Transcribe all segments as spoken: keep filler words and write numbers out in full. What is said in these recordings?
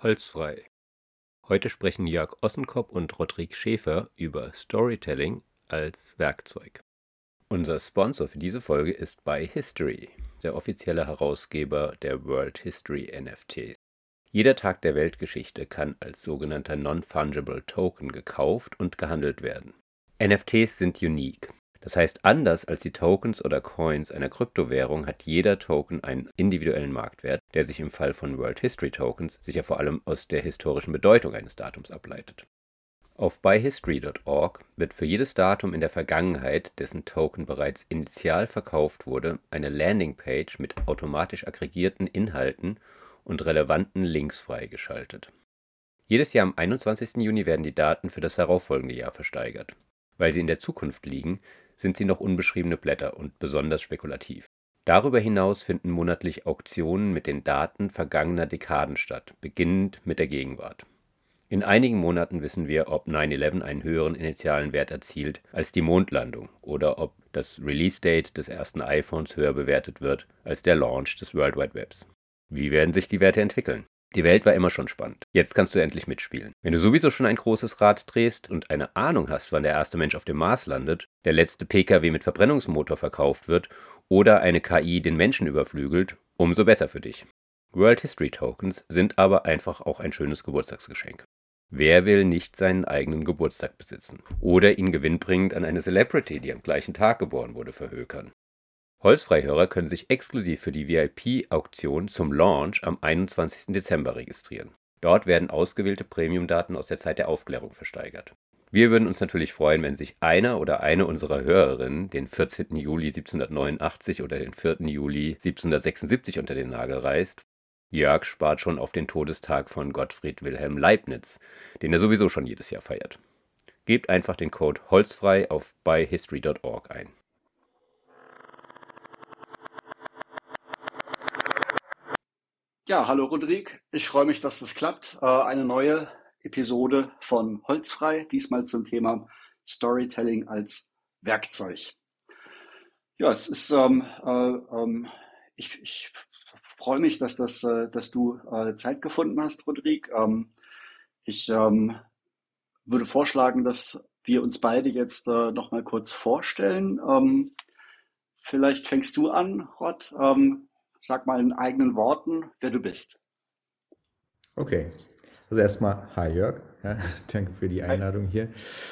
Holzfrei. Heute sprechen Jörg Ossenkop und Rodrigue Schäfer über Storytelling als Werkzeug. Unser Sponsor für diese Folge ist By History, der offizielle Herausgeber der World History N F Ts. Jeder Tag der Weltgeschichte kann als sogenannter Non-Fungible Token gekauft und gehandelt werden. N F Ts sind unique. Das heißt, anders als die Tokens oder Coins einer Kryptowährung hat jeder Token einen individuellen Marktwert, der sich im Fall von World History Tokens sicher vor allem aus der historischen Bedeutung eines Datums ableitet. Auf buy history dot org wird für jedes Datum in der Vergangenheit, dessen Token bereits initial verkauft wurde, eine Landingpage mit automatisch aggregierten Inhalten und relevanten Links freigeschaltet. Jedes Jahr am einundzwanzigsten Juni werden die Daten für das darauffolgende Jahr versteigert. Weil sie in der Zukunft liegen, sind sie noch unbeschriebene Blätter und besonders spekulativ. Darüber hinaus finden monatlich Auktionen mit den Daten vergangener Dekaden statt, beginnend mit der Gegenwart. In einigen Monaten wissen wir, ob nine eleven einen höheren initialen Wert erzielt als die Mondlandung oder ob das Release-Date des ersten iPhones höher bewertet wird als der Launch des World Wide Webs. Wie werden sich die Werte entwickeln? Die Welt war immer schon spannend. Jetzt kannst du endlich mitspielen. Wenn du sowieso schon ein großes Rad drehst und eine Ahnung hast, wann der erste Mensch auf dem Mars landet, der letzte P K W mit Verbrennungsmotor verkauft wird oder eine K I den Menschen überflügelt, umso besser für dich. World History Tokens sind aber einfach auch ein schönes Geburtstagsgeschenk. Wer will nicht seinen eigenen Geburtstag besitzen oder ihn gewinnbringend an eine Celebrity, die am gleichen Tag geboren wurde, verhökern? Holzfreihörer können sich exklusiv für die V I P-Auktion zum Launch am einundzwanzigsten Dezember registrieren. Dort werden ausgewählte Premium-Daten aus der Zeit der Aufklärung versteigert. Wir würden uns natürlich freuen, wenn sich einer oder eine unserer Hörerinnen den vierzehnten Juli siebzehnhundertneunundachtzig oder den vierten Juli siebzehnhundertsechsundsiebzig unter den Nagel reißt. Jörg spart schon auf den Todestag von Gottfried Wilhelm Leibniz, den er sowieso schon jedes Jahr feiert. Gebt einfach den Code Holzfrei auf buy history dot org ein. Ja, hallo Rodrigue. Ich freue mich, dass das klappt. Äh, eine neue Episode von Holzfrei, diesmal zum Thema Storytelling als Werkzeug. Ja, es ist, ähm, äh, ähm, ich, ich freue mich, dass das, äh, dass du äh, Zeit gefunden hast, Rodrigue. Ähm, ich ähm, würde vorschlagen, dass wir uns beide jetzt äh, noch mal kurz vorstellen. Ähm, vielleicht fängst du an, Rod. Ähm, sag mal in eigenen Worten, wer du bist. Okay, also erstmal, hi Jörg, ja, danke für die Hi. Einladung hier.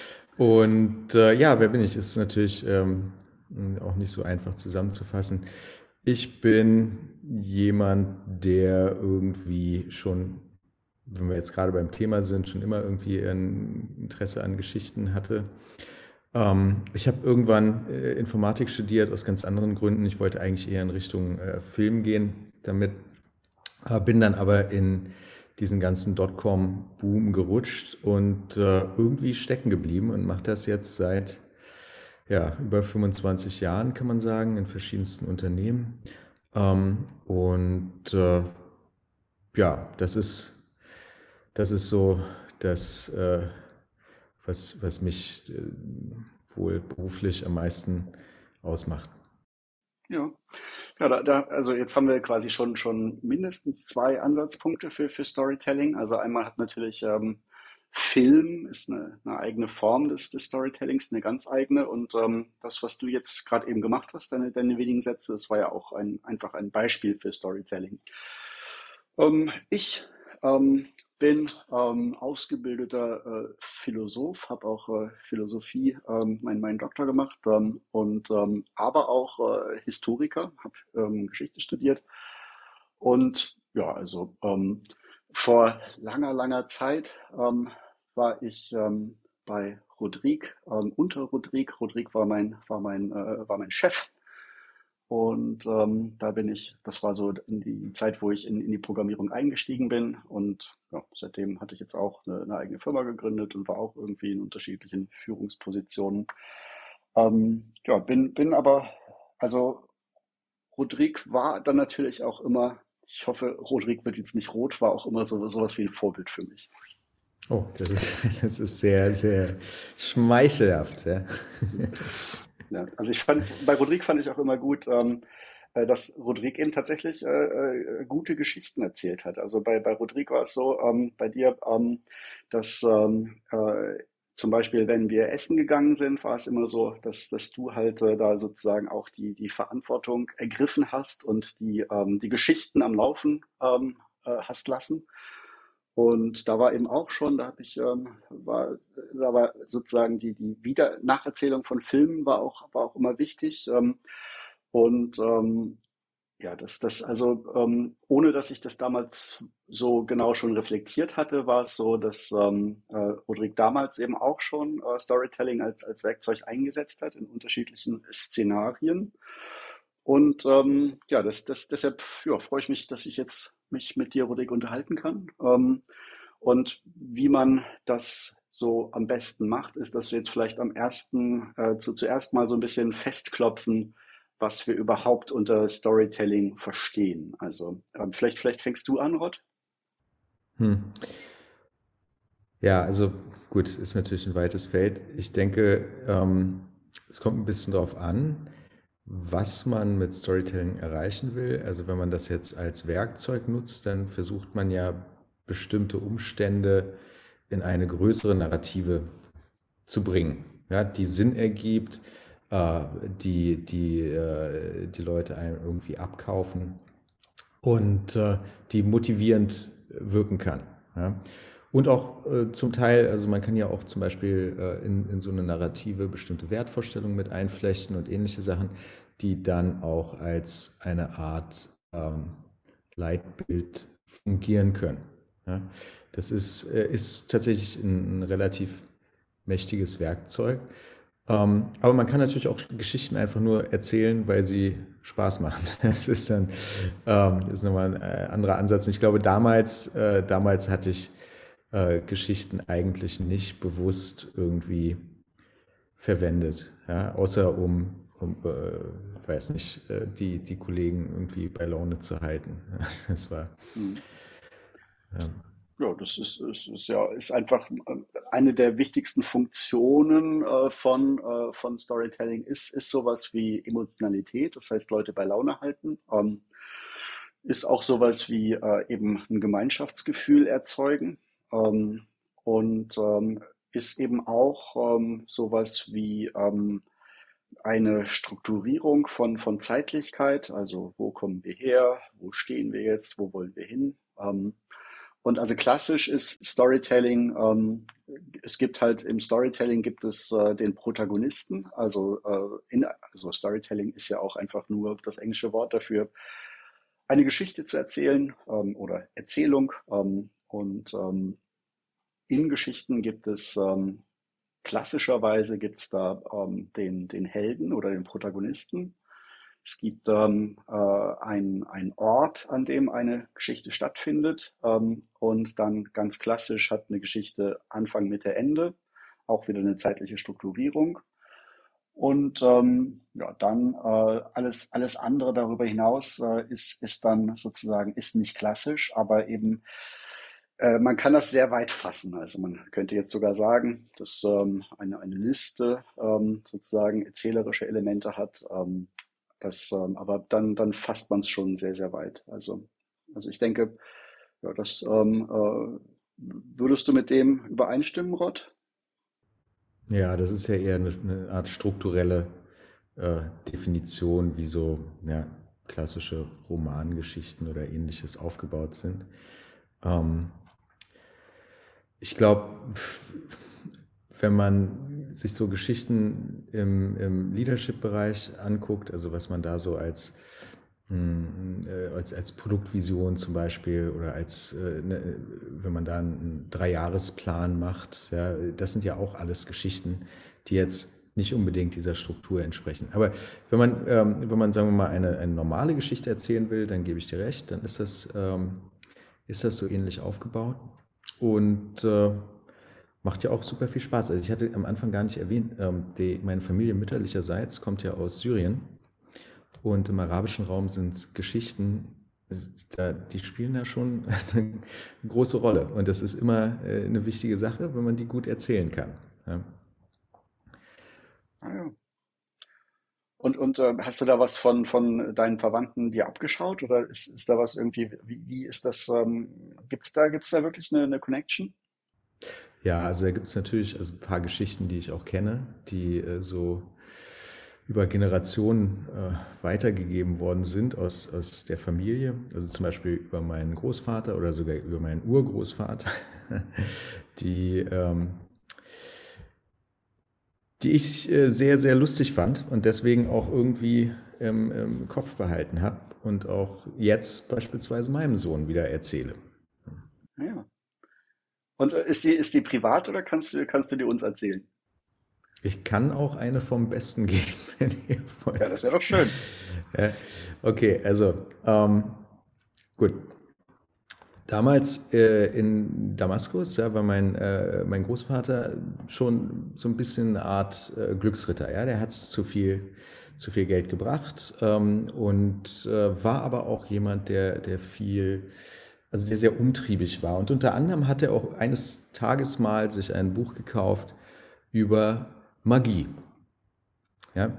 Und äh, ja, wer bin ich? Ist natürlich ähm, auch nicht so einfach zusammenzufassen. Ich bin jemand, der irgendwie schon, wenn wir jetzt gerade beim Thema sind, schon immer irgendwie ein Interesse an Geschichten hatte. Ähm, ich habe irgendwann äh, Informatik studiert aus ganz anderen Gründen. Ich wollte eigentlich eher in Richtung äh, Film gehen damit, äh, bin dann aber in diesen ganzen Dotcom-Boom gerutscht und äh, irgendwie stecken geblieben und mache das jetzt seit ja, über fünfundzwanzig Jahren, kann man sagen, in verschiedensten Unternehmen. Ähm, und äh, ja, das ist, das ist so das, äh, was, was mich äh, wohl beruflich am meisten ausmacht. Ja, ja da, da, also jetzt haben wir quasi schon, schon mindestens zwei Ansatzpunkte für, für Storytelling. Also einmal hat natürlich ähm, Film ist eine, eine eigene Form des, des Storytellings, eine ganz eigene. Und ähm, das, was du jetzt gerade eben gemacht hast, deine, deine wenigen Sätze, das war ja auch ein, einfach ein Beispiel für Storytelling. Ähm, ich ähm, bin ähm, ausgebildeter äh, Philosoph, habe auch äh, Philosophie, ähm, meinen mein Doktor gemacht ähm, und ähm, aber auch äh, Historiker, habe ähm, Geschichte studiert und ja, also ähm, vor langer, langer Zeit ähm, war ich ähm, bei Rodrigue, ähm, unter Rodrigue. Rodrigue war mein, war mein, äh, war mein Chef und ähm, da bin ich, das war so in die Zeit, wo ich in, in die Programmierung eingestiegen bin. Und ja, seitdem hatte ich jetzt auch eine, eine eigene Firma gegründet und war auch irgendwie in unterschiedlichen Führungspositionen. Ähm, ja, bin, bin aber, also Rodrigue war dann natürlich auch immer, ich hoffe, Rodrigue wird jetzt nicht rot, war auch immer so sowas wie ein Vorbild für mich. Oh, das ist, das ist sehr, sehr schmeichelhaft. Ja. Ja, also ich fand, bei Rodrigue fand ich auch immer gut, ähm, äh, dass Rodrigue eben tatsächlich äh, äh, gute Geschichten erzählt hat. Also bei, bei Rodrigue war es so, ähm, bei dir, ähm, dass ähm, äh, zum Beispiel, wenn wir essen gegangen sind, war es immer so, dass, dass du halt äh, da sozusagen auch die, die Verantwortung ergriffen hast und die, ähm, die Geschichten am Laufen ähm, äh, hast lassen. Und da war eben auch schon, da habe ich, ähm, war, da war sozusagen die, die Wieder Nacherzählung von Filmen war auch, war auch immer wichtig. Ähm, und ähm, ja, das, das, also ähm, ohne dass ich das damals so genau schon reflektiert hatte, war es so, dass ähm, äh, Rodrigue damals eben auch schon äh, Storytelling als, als Werkzeug eingesetzt hat in unterschiedlichen Szenarien. Und ähm, ja, das, das, deshalb ja, freue ich mich, dass ich jetzt mich mit dir, Rodrigue, unterhalten kann. Ähm, und wie man das so am besten macht, ist, dass wir jetzt vielleicht am ersten, äh, zu, zuerst mal so ein bisschen festklopfen, was wir überhaupt unter Storytelling verstehen. Also ähm, vielleicht, vielleicht fängst du an, Rod? Hm. Ja, also gut, ist natürlich ein weites Feld. Ich denke, ähm, es kommt ein bisschen darauf an, was man mit Storytelling erreichen will. Also wenn man das jetzt als Werkzeug nutzt, dann versucht man ja bestimmte Umstände in eine größere Narrative zu bringen, ja, die Sinn ergibt, äh, die, die, äh, die Leute einem irgendwie abkaufen und äh, die motivierend wirken kann. Ja. Und auch äh, zum Teil, also man kann ja auch zum Beispiel äh, in, in so eine Narrative bestimmte Wertvorstellungen mit einflechten und ähnliche Sachen, die dann auch als eine Art ähm, Leitbild fungieren können. Ja. Das ist, äh, ist tatsächlich ein, ein relativ mächtiges Werkzeug. Ähm, aber man kann natürlich auch Geschichten einfach nur erzählen, weil sie Spaß machen. Das ist dann ähm, ist nochmal ein äh, anderer Ansatz. Und ich glaube, damals, äh, damals hatte ich äh, Geschichten eigentlich nicht bewusst irgendwie verwendet, ja, außer um, um äh, weiß nicht, äh, die, die Kollegen irgendwie bei Laune zu halten. Das war, Hm. ja. Ja, das ist, ist, ist ja ist einfach ähm, eine der wichtigsten Funktionen äh, von, äh, von Storytelling ist, ist sowas wie Emotionalität, das heißt Leute bei Laune halten. Ähm, ist auch sowas wie äh, eben ein Gemeinschaftsgefühl erzeugen ähm, und ähm, ist eben auch ähm, sowas wie ähm, eine Strukturierung von, von Zeitlichkeit, also wo kommen wir her, wo stehen wir jetzt, wo wollen wir hin. Ähm, und also klassisch ist Storytelling, ähm, es gibt halt im Storytelling gibt es äh, den Protagonisten, also, äh, in, also Storytelling ist ja auch einfach nur das englische Wort dafür, eine Geschichte zu erzählen ähm, oder Erzählung. Ähm, und ähm, in Geschichten gibt es ähm, klassischerweise gibt es da ähm, den, den Helden oder den Protagonisten. Es gibt ähm, äh, einen, einen Ort, an dem eine Geschichte stattfindet. Ähm, und dann ganz klassisch hat eine Geschichte Anfang, Mitte, Ende. Auch wieder eine zeitliche Strukturierung. Und ähm, ja, dann äh, alles, alles andere darüber hinaus äh, ist, ist dann sozusagen, ist nicht klassisch, aber eben äh, man kann das sehr weit fassen. Also man könnte jetzt sogar sagen, dass ähm, eine, eine Liste ähm, sozusagen erzählerische Elemente hat. Ähm, das, ähm, aber dann, dann fasst man es schon sehr, sehr weit. Also, also ich denke, ja, das ähm, äh, würdest du mit dem übereinstimmen, Rod? Ja, das ist ja eher eine, eine Art strukturelle äh, Definition, wie so ja, klassische Romangeschichten oder ähnliches aufgebaut sind. Ähm, ich glaube, wenn man sich so Geschichten im, im Leadership-Bereich anguckt, also was man da so als, mh, äh, als, als Produktvision zum Beispiel oder als, äh, ne, wenn man da einen Dreijahresplan macht, ja, das sind ja auch alles Geschichten, die jetzt nicht unbedingt dieser Struktur entsprechen. Aber wenn man, ähm, wenn man, sagen wir mal, eine, eine normale Geschichte erzählen will, dann gebe ich dir recht, dann ist das, ähm, ist das so ähnlich aufgebaut. Und äh, macht ja auch super viel Spaß. Also ich hatte am Anfang gar nicht erwähnt, ähm, die, meine Familie mütterlicherseits kommt ja aus Syrien und im arabischen Raum sind Geschichten, da, die spielen da schon eine große Rolle. Und das ist immer äh, eine wichtige Sache, wenn man die gut erzählen kann. Ja. Ah, ja. Und, und äh, hast du da was von, von deinen Verwandten dir abgeschaut oder ist, ist da was irgendwie, wie, wie ist das, ähm, gibt's da, gibt's da wirklich eine, eine Connection? Ja, also da gibt es natürlich also ein paar Geschichten, die ich auch kenne, die äh, so über Generationen äh, weitergegeben worden sind aus, aus der Familie. Also zum Beispiel über meinen Großvater oder sogar über meinen Urgroßvater, die, ähm, die ich äh, sehr, sehr lustig fand und deswegen auch irgendwie im, im Kopf behalten habe und auch jetzt beispielsweise meinem Sohn wieder erzähle. Ja. Und äh, ist die, ist die privat oder kannst du, kannst du die uns erzählen? Ich kann auch eine vom Besten geben, wenn ihr Ja, das wollt. wäre doch schön. Ja, okay, also ähm, gut. Damals äh, in Damaskus, ja, war mein, äh, mein Großvater schon so ein bisschen eine Art äh, Glücksritter. Ja? Der hat es zu viel, zu viel Geld gebracht ähm, und äh, war aber auch jemand, der, der viel, also der sehr umtriebig war. Und unter anderem hat er auch eines Tages mal sich ein Buch gekauft über Magie. Ja?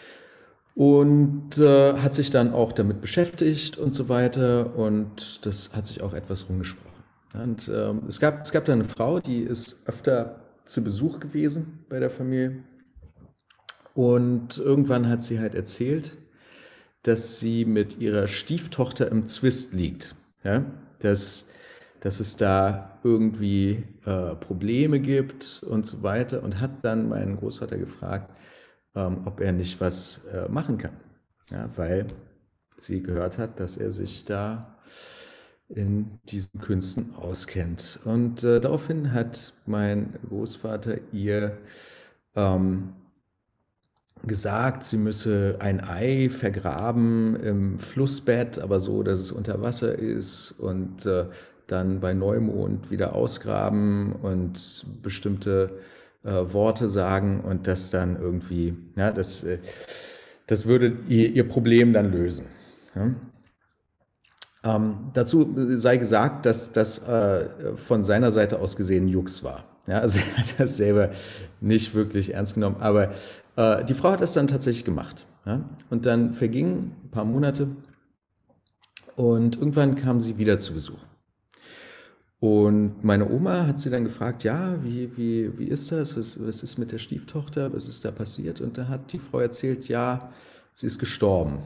Und äh, hat sich dann auch damit beschäftigt und so weiter. Und das hat sich auch etwas rumgesprochen. Ja, und ähm, es gab, es gab da eine Frau, die ist öfter zu Besuch gewesen bei der Familie. Und irgendwann hat sie halt erzählt, dass sie mit ihrer Stieftochter im Zwist liegt. Ja? Dass, dass es da irgendwie äh, Probleme gibt und so weiter. Und hat dann meinen Großvater gefragt, ähm, ob er nicht was äh, machen kann. Ja, weil sie gehört hat, dass er sich da in diesen Künsten auskennt. Und äh, daraufhin hat mein Großvater ihr ähm, gesagt, sie müsse ein Ei vergraben im Flussbett, aber so, dass es unter Wasser ist und äh, dann bei Neumond wieder ausgraben und bestimmte äh, Worte sagen und das dann irgendwie, ja, das, äh, das würde ihr, ihr Problem dann lösen. Ja? Ähm, dazu sei gesagt, dass das äh, von seiner Seite aus gesehen Jux war. Ja, also er hat das selber nicht wirklich ernst genommen, aber äh, die Frau hat das dann tatsächlich gemacht. Ja? Und dann vergingen ein paar Monate und irgendwann kam sie wieder zu Besuch. Und meine Oma hat sie dann gefragt, ja, wie, wie, wie ist das? Was, was ist mit der Stieftochter? Was ist da passiert? Und da hat die Frau erzählt, ja, sie ist gestorben.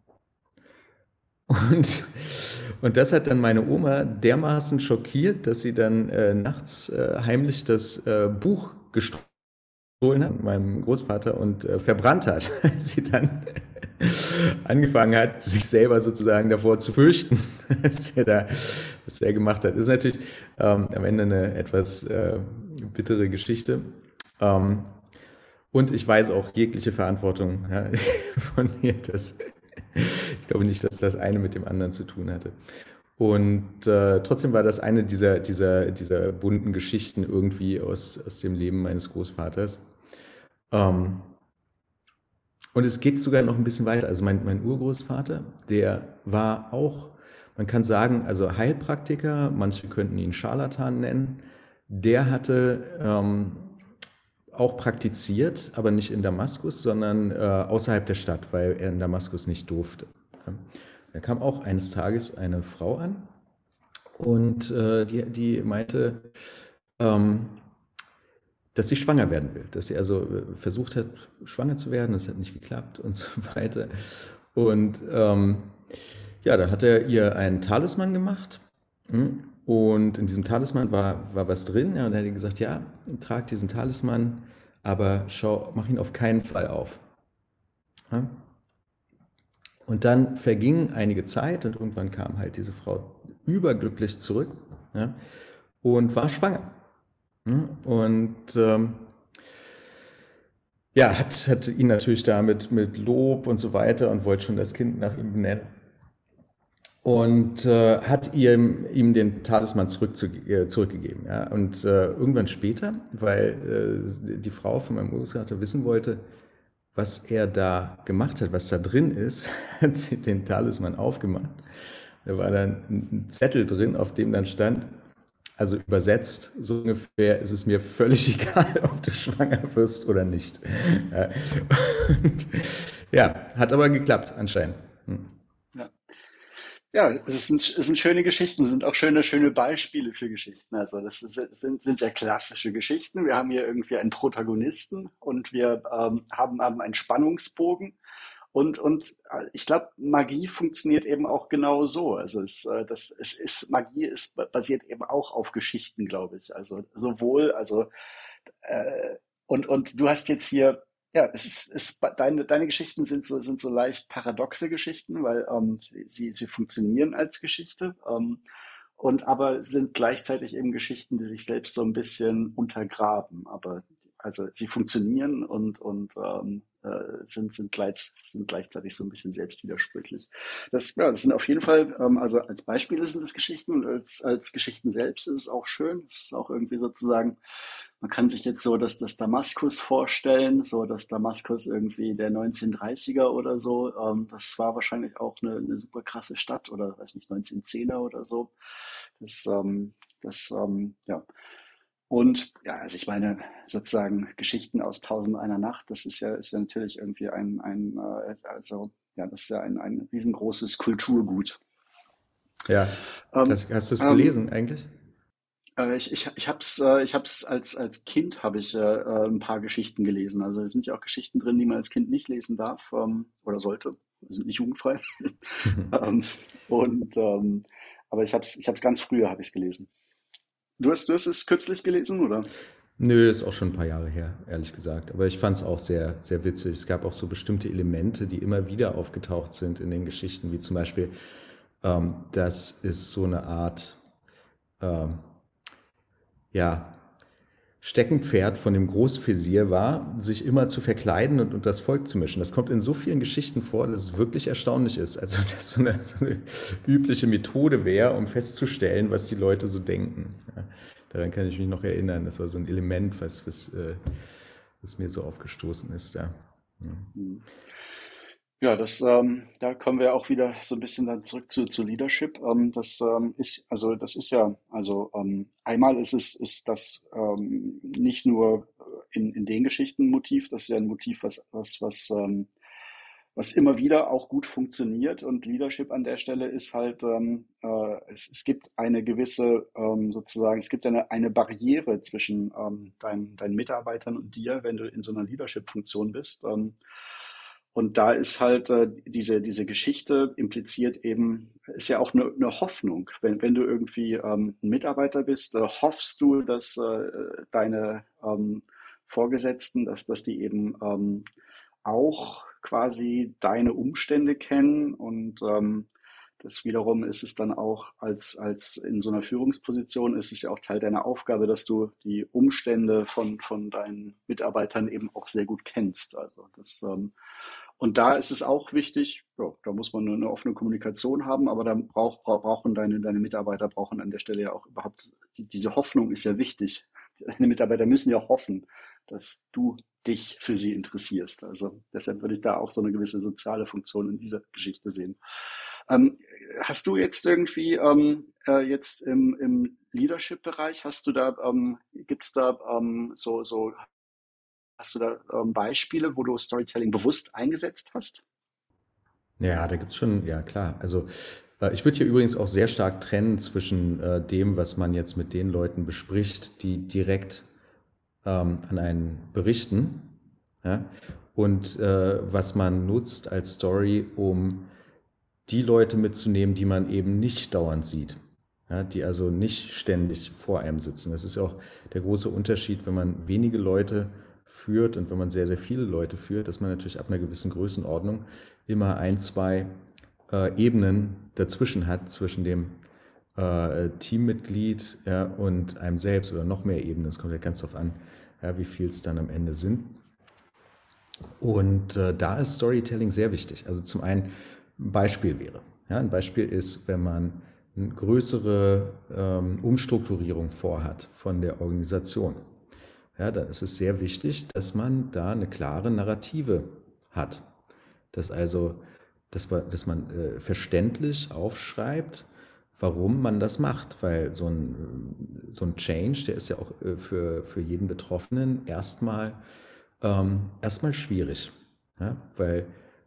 Und, und das hat dann meine Oma dermaßen schockiert, dass sie dann äh, nachts äh, heimlich das äh, Buch gestohlen hat, meinem Großvater, und äh, verbrannt hat, als sie dann angefangen hat, sich selber sozusagen davor zu fürchten, was er da, was er gemacht hat. Das ist natürlich ähm, am Ende eine etwas äh, bittere Geschichte. Ähm, und ich weiß auch jegliche Verantwortung ja, von mir, dass ich glaube nicht, dass das eine mit dem anderen zu tun hatte. Und äh, trotzdem war das eine dieser, dieser, dieser bunten Geschichten irgendwie aus, aus dem Leben meines Großvaters. Ähm, und es geht sogar noch ein bisschen weiter. Also mein, mein Urgroßvater, der war auch, man kann sagen, also Heilpraktiker, manche könnten ihn Scharlatan nennen. Der hatte ähm, auch praktiziert, aber nicht in Damaskus, sondern äh, außerhalb der Stadt, weil er in Damaskus nicht durfte. Da kam auch eines Tages eine Frau an und äh, die, die meinte, ähm, dass sie schwanger werden will, dass sie also äh, versucht hat, schwanger zu werden, das hat nicht geklappt und so weiter. Und ähm, ja, da hat er ihr einen Talisman gemacht. hm, Und in diesem Talisman war, war was drin. Ja, und er hat ihr gesagt, ja, trag diesen Talisman, aber schau, mach ihn auf keinen Fall auf. Ja? Und dann verging einige Zeit und irgendwann kam halt diese Frau überglücklich zurück, ja, und war schwanger. Ja, und ähm, ja, hat, hat ihn natürlich damit mit Lob und so weiter und wollte schon das Kind nach ihm benennen. Und äh, hat ihm, ihm den Talisman zurück zu, äh, zurückgegeben. Ja. Und äh, irgendwann später, weil äh, die Frau von meinem Großvater wissen wollte, was er da gemacht hat, was da drin ist, hat sie den Talisman aufgemacht. Da war dann ein Zettel drin, auf dem dann stand, also übersetzt, so ungefähr, ist es mir völlig egal, ob du schwanger wirst oder nicht. Ja. Und Ja, hat aber geklappt anscheinend. Hm. Ja. Ja, es sind, es sind schöne Geschichten, sind auch schöne, schöne Beispiele für Geschichten. Also das ist, sind, sind sehr klassische Geschichten. Wir haben hier irgendwie einen Protagonisten und wir ähm, haben, haben einen Spannungsbogen. Und, und äh, ich glaube, Magie funktioniert eben auch genau so. Also es, äh, das, es ist, Magie ist basiert eben auch auf Geschichten, glaube ich. Also sowohl, also äh, und, und du hast jetzt hier, ja, es ist, es, deine, deine Geschichten sind so, sind so leicht paradoxe Geschichten, weil ähm, sie, sie, sie funktionieren als Geschichte, ähm, und aber sind gleichzeitig eben Geschichten, die sich selbst so ein bisschen untergraben. Aber also sie funktionieren und, und ähm, äh, sind, sind, gleich, sind gleichzeitig so ein bisschen selbstwidersprüchlich. Das, ja, das sind auf jeden Fall, ähm, also als Beispiele sind es Geschichten und als, als Geschichten selbst ist es auch schön. Es ist auch irgendwie sozusagen, man kann sich jetzt so das, das Damaskus vorstellen, so das Damaskus irgendwie der neunzehnhundertdreißiger oder so. Ähm, das war wahrscheinlich auch eine, eine super krasse Stadt oder weiß nicht, neunzehnhundertzehner oder so. Das, ähm, das, ähm, ja. Und ja, also ich meine, sozusagen Geschichten aus Tausend und einer Nacht, das ist ja, ist ja natürlich irgendwie ein, ein äh, also ja, das ist ja ein, ein riesengroßes Kulturgut. Ja, Ähm, hast, hast du es ähm, gelesen eigentlich? äh, ich ich, ich habe es äh, ich hab's als, als Kind habe ich äh, äh, ein paar Geschichten gelesen. Also es sind ja auch Geschichten drin, die man als Kind nicht lesen darf ähm, oder sollte. Sind nicht jugendfrei. ähm, und ähm, aber ich habe es ich hab's ganz früher habe ich es gelesen. Du hast, du hast es kürzlich gelesen, oder? Nö, ist auch schon ein paar Jahre her, ehrlich gesagt. Aber ich fand es auch sehr, sehr witzig. Es gab auch so bestimmte Elemente, die immer wieder aufgetaucht sind in den Geschichten, wie zum Beispiel, ähm, dass es so eine Art, ähm, ja, Steckenpferd von dem Großvezier war, sich immer zu verkleiden und, und das Volk zu mischen. Das kommt in so vielen Geschichten vor, dass es wirklich erstaunlich ist. Also, dass so eine, so eine übliche Methode wäre, um festzustellen, was die Leute so denken. Ja, daran kann ich mich noch erinnern. Das war so ein Element, was, was, äh, was mir so aufgestoßen ist. Ja. Ja. Hm. Ja, das, ähm, da kommen wir auch wieder so ein bisschen dann zurück zu, zu Leadership. Ähm, das ähm, ist, also das ist ja, also ähm, einmal ist es, ist das ähm, nicht nur in, in den Geschichten ein Motiv, das ist ja ein Motiv, was, was, was, ähm, was immer wieder auch gut funktioniert. Und Leadership an der Stelle ist halt, ähm, äh, es, es gibt eine gewisse, ähm, sozusagen, es gibt eine, eine Barriere zwischen ähm, deinen, deinen Mitarbeitern und dir, wenn du in so einer Leadership-Funktion bist. Ähm, und da ist halt äh, diese, diese Geschichte impliziert eben, ist ja auch eine, eine Hoffnung. Wenn, wenn du irgendwie ähm, ein Mitarbeiter bist, äh, hoffst du, dass äh, deine ähm, Vorgesetzten, dass, dass die eben ähm, auch quasi deine Umstände kennen und ähm, das wiederum ist es dann auch als, als in so einer Führungsposition ist es ja auch Teil deiner Aufgabe, dass du die Umstände von, von deinen Mitarbeitern eben auch sehr gut kennst. Also das, ähm, und da ist es auch wichtig, ja, da muss man eine offene Kommunikation haben, aber dann brauch, brauch, brauchen deine, deine Mitarbeiter brauchen an der Stelle ja auch überhaupt, die, diese Hoffnung ist ja wichtig. Deine Mitarbeiter müssen ja hoffen, dass du dich für sie interessierst. Also deshalb würde ich da auch so eine gewisse soziale Funktion in dieser Geschichte sehen. Ähm, hast du jetzt irgendwie ähm, äh, jetzt im, im Leadership-Bereich, hast du da, ähm, gibt es da ähm, so, so, hast du da ähm, Beispiele, wo du Storytelling bewusst eingesetzt hast? Ja, da gibt's schon, ja klar. Also äh, ich würde hier übrigens auch sehr stark trennen zwischen äh, dem, was man jetzt mit den Leuten bespricht, die direkt ähm, an einen berichten, ja, und äh, was man nutzt als Story, um die Leute mitzunehmen, die man eben nicht dauernd sieht, ja, die also nicht ständig vor einem sitzen. Das ist auch der große Unterschied, wenn man wenige Leute führt und wenn man sehr, sehr viele Leute führt, dass man natürlich ab einer gewissen Größenordnung immer ein, zwei äh, Ebenen dazwischen hat, zwischen dem äh, Teammitglied, ja, und einem selbst oder noch mehr Ebenen. Das kommt ja ganz darauf an, ja, wie viel es dann am Ende sind. Und äh, da ist Storytelling sehr wichtig. Also zum einen ein Beispiel wäre. Ja, ein Beispiel ist, wenn man eine größere ähm, Umstrukturierung vorhat von der Organisation. Ja, dann ist es sehr wichtig, dass man da eine klare Narrative hat. Dass also, dass man, dass man äh, verständlich aufschreibt, warum man das macht. Weil so ein, so ein Change, der ist ja auch äh, für, für jeden Betroffenen erstmal ähm, erstmal schwierig. Ja, weil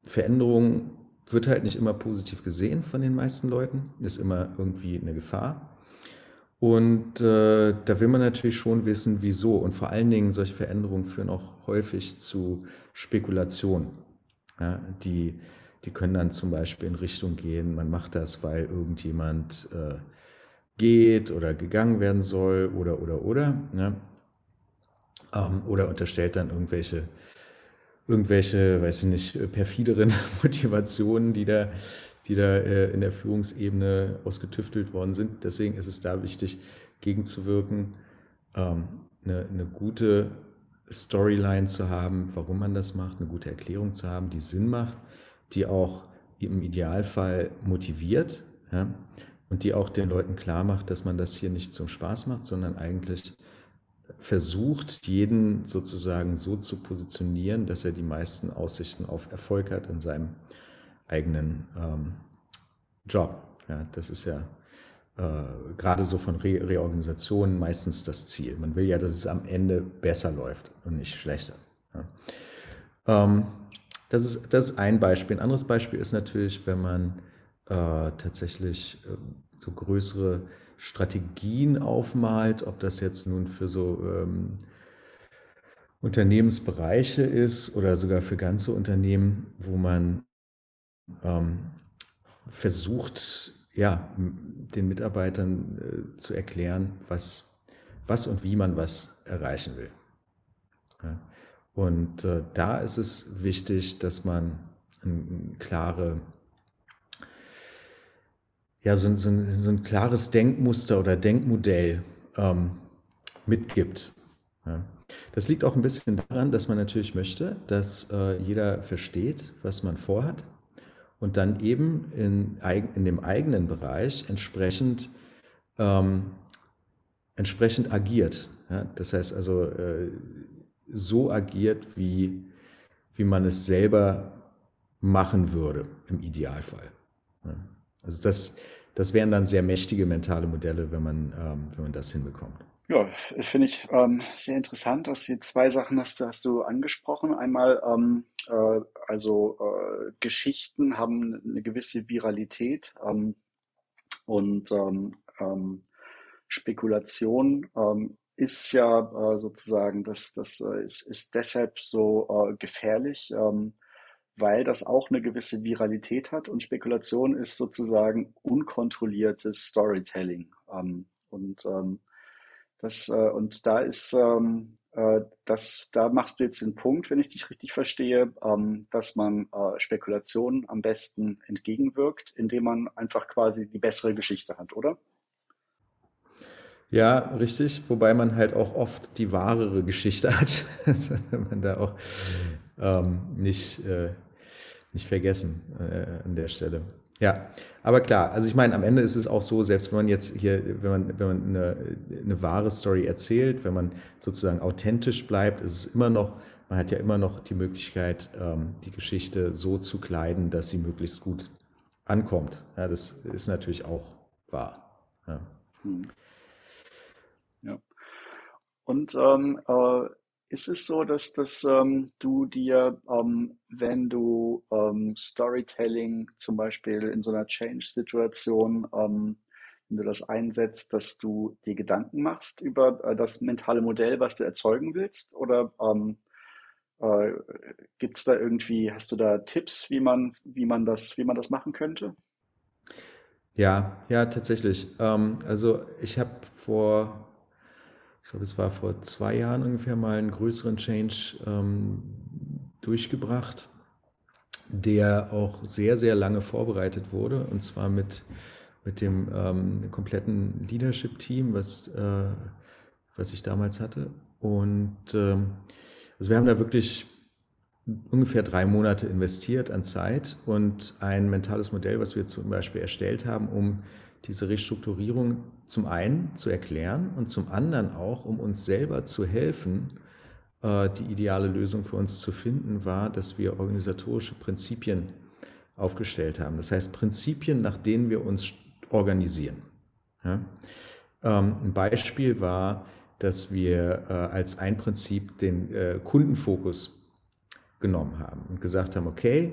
Veränderung wird halt nicht immer positiv gesehen von den meisten Leuten, ist immer irgendwie eine Gefahr. Und äh, da will man natürlich schon wissen, wieso. Und vor allen Dingen, solche Veränderungen führen auch häufig zu Spekulationen. Ja, die, die können dann zum Beispiel in Richtung gehen, man macht das, weil irgendjemand äh, geht oder gegangen werden soll oder, oder, oder. Ja. Ähm, oder unterstellt dann irgendwelche, irgendwelche, weiß ich nicht, perfideren Motivationen, die da die da äh, in der Führungsebene ausgetüftelt worden sind. Deswegen ist es da wichtig, gegenzuwirken, ähm, eine, eine gute Storyline zu haben, warum man das macht, eine gute Erklärung zu haben, die Sinn macht, die auch im Idealfall motiviert, ja, und die auch den Leuten klar macht, dass man das hier nicht zum Spaß macht, sondern eigentlich versucht, jeden sozusagen so zu positionieren, dass er die meisten Aussichten auf Erfolg hat in seinem eigenen ähm, Job. Ja, das ist ja äh, gerade so von Re Reorganisationen meistens das Ziel. Man will ja, dass es am Ende besser läuft und nicht schlechter. Ja. Ähm, das ist, das ist ein Beispiel. Ein anderes Beispiel ist natürlich, wenn man äh, tatsächlich äh, so größere Strategien aufmalt, ob das jetzt nun für so ähm, Unternehmensbereiche ist oder sogar für ganze Unternehmen, wo man ähm, versucht, ja, den Mitarbeitern äh, zu erklären, was, was und wie man was erreichen will. Ja. Und äh, da ist es wichtig, dass man ein, ein klare, ja, so, so, ein, so ein klares Denkmuster oder Denkmodell ähm, mitgibt. Ja. Das liegt auch ein bisschen daran, dass man natürlich möchte, dass äh, jeder versteht, was man vorhat und dann eben in, in dem eigenen Bereich entsprechend, ähm, entsprechend agiert. Ja. Das heißt also äh, so agiert, wie, wie man es selber machen würde im Idealfall. Ja. Also das, das wären dann sehr mächtige mentale Modelle, wenn man, ähm, wenn man das hinbekommt. Ja, finde ich ähm, sehr interessant, dass die zwei Sachen hast, du- hast du angesprochen. Einmal, ähm, äh, also äh, Geschichten haben eine gewisse Viralität ähm, und ähm, ähm, Spekulation ähm, ist ja äh, sozusagen, das, das äh, ist, ist deshalb so äh, gefährlich, ähm, weil das auch eine gewisse Viralität hat und Spekulation ist sozusagen unkontrolliertes Storytelling. Ähm, und ähm, das, äh, und da ist, ähm, äh, das, da machst du jetzt den Punkt, wenn ich dich richtig verstehe, ähm, dass man äh, Spekulationen am besten entgegenwirkt, indem man einfach quasi die bessere Geschichte hat, oder? Ja, richtig, wobei man halt auch oft die wahrere Geschichte hat. Das soll man da auch ähm, nicht, äh, nicht vergessen äh, an der Stelle. Ja, aber klar, also ich meine, am Ende ist es auch so, selbst wenn man jetzt hier, wenn man, wenn man eine, eine wahre Story erzählt, wenn man sozusagen authentisch bleibt, ist es immer noch, man hat ja immer noch die Möglichkeit, ähm, die Geschichte so zu kleiden, dass sie möglichst gut ankommt. Ja, das ist natürlich auch wahr. Ja. Hm. Ja. Und ähm, äh, ist es so, dass, dass ähm, du dir, ähm, wenn du ähm, Storytelling zum Beispiel in so einer Change-Situation, ähm, wenn du das einsetzt, dass du dir Gedanken machst über äh, das mentale Modell, was du erzeugen willst? Oder ähm, äh, gibt es da irgendwie, hast du da Tipps, wie man, wie man das, wie man das machen könnte? Ja, ja, tatsächlich. Ähm, also ich habe vor, ich glaube, es war vor zwei Jahren ungefähr mal einen größeren Change ähm, durchgebracht, der auch sehr, sehr lange vorbereitet wurde, und zwar mit, mit dem ähm, kompletten Leadership-Team, was, äh, was ich damals hatte. Und ähm, also wir haben da wirklich ungefähr drei Monate investiert an Zeit und ein mentales Modell, was wir zum Beispiel erstellt haben, um diese Restrukturierung zum einen zu erklären und zum anderen auch, um uns selber zu helfen, äh, die ideale Lösung für uns zu finden, war, dass wir organisatorische Prinzipien aufgestellt haben. Das heißt Prinzipien, nach denen wir uns organisieren. Ja? Ähm, ein Beispiel war, dass wir äh, als ein Prinzip den äh, Kundenfokus genommen haben und gesagt haben, okay,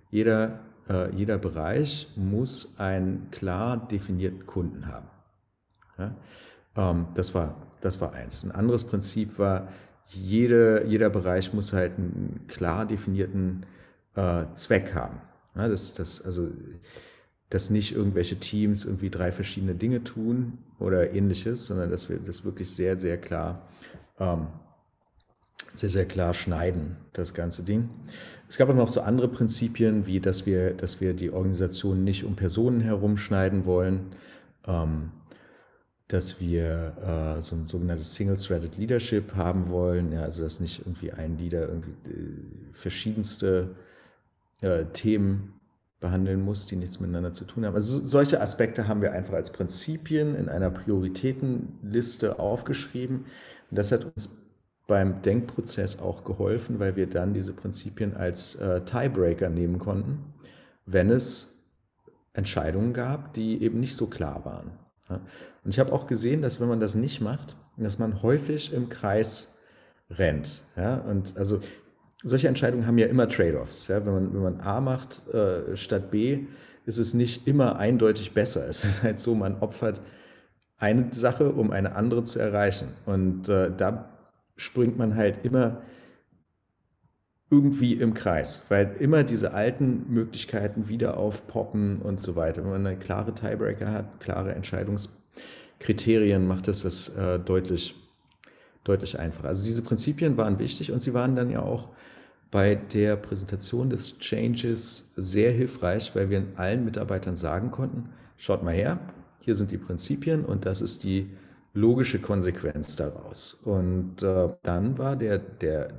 jeder, äh, jeder Bereich muss einen klar definierten Kunden haben. Ja? Ähm, das war, das war eins. Ein anderes Prinzip war, jede, jeder Bereich muss halt einen klar definierten äh, Zweck haben. Ja, das, das, also, dass nicht irgendwelche Teams irgendwie drei verschiedene Dinge tun oder ähnliches, sondern dass wir das wirklich sehr, sehr klar, ähm, sehr, sehr klar schneiden, das ganze Ding. Es gab aber noch so andere Prinzipien, wie dass wir, dass wir die Organisation nicht um Personen herum schneiden wollen, ähm, dass wir äh, so ein sogenanntes Single-Threaded Leadership haben wollen, ja, also dass nicht irgendwie ein Leader irgendwie äh, verschiedenste äh, Themen behandeln muss, die nichts miteinander zu tun haben. Also so, solche Aspekte haben wir einfach als Prinzipien in einer Prioritätenliste aufgeschrieben. Und das hat uns beim Denkprozess auch geholfen, weil wir dann diese Prinzipien als äh, Tiebreaker nehmen konnten, wenn es Entscheidungen gab, die eben nicht so klar waren. Ja. Und ich habe auch gesehen, dass wenn man das nicht macht, dass man häufig im Kreis rennt. Ja. Und also solche Entscheidungen haben ja immer Trade-offs. Ja. Wenn man, wenn man A macht äh, statt B, ist es nicht immer eindeutig besser. Es ist halt so, man opfert eine Sache, um eine andere zu erreichen. Und äh, da springt man halt immer irgendwie im Kreis, weil immer diese alten Möglichkeiten wieder aufpoppen und so weiter. Wenn man eine klare Tiebreaker hat, klare Entscheidungskriterien, macht es das äh, deutlich, deutlich einfacher. Also diese Prinzipien waren wichtig und sie waren dann ja auch bei der Präsentation des Changes sehr hilfreich, weil wir allen Mitarbeitern sagen konnten, schaut mal her, hier sind die Prinzipien und das ist die logische Konsequenz daraus. Und äh, dann war der, der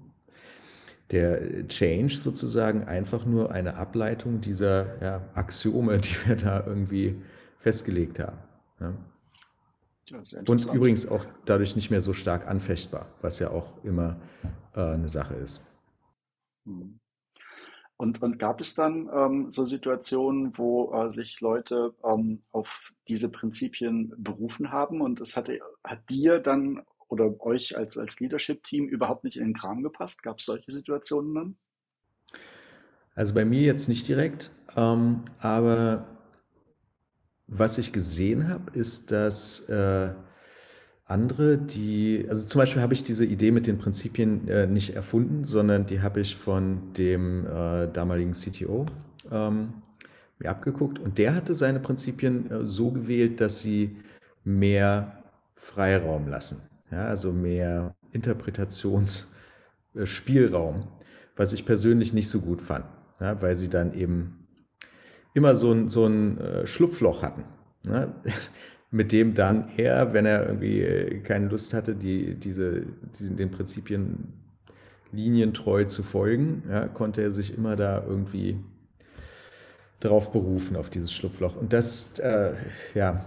der Change sozusagen einfach nur eine Ableitung dieser ja, Axiome, die wir da irgendwie festgelegt haben. Ja. Ja, sehr Und interessant. übrigens auch dadurch nicht mehr so stark anfechtbar, was ja auch immer äh, eine Sache ist. Hm. Und, und gab es dann ähm, so Situationen, wo äh, sich Leute ähm, auf diese Prinzipien berufen haben und es hatte, hat dir dann oder euch als, als Leadership-Team überhaupt nicht in den Kram gepasst? Gab es solche Situationen dann? Also bei mir jetzt nicht direkt, ähm, aber was ich gesehen habe, ist, dass äh, andere, die, also zum Beispiel habe ich diese Idee mit den Prinzipien äh, nicht erfunden, sondern die habe ich von dem äh, damaligen C T O ähm, mir abgeguckt und der hatte seine Prinzipien äh, so gewählt, dass sie mehr Freiraum lassen, ja, also mehr Interpretationsspielraum, was ich persönlich nicht so gut fand, ja, weil sie dann eben immer so ein, so ein äh, Schlupfloch hatten, ne? Mit dem dann er, wenn er irgendwie äh, keine Lust hatte, die, diese, diesen, den Prinzipien linientreu zu folgen, ja, konnte er sich immer da irgendwie drauf berufen, auf dieses Schlupfloch. Und das äh, ja,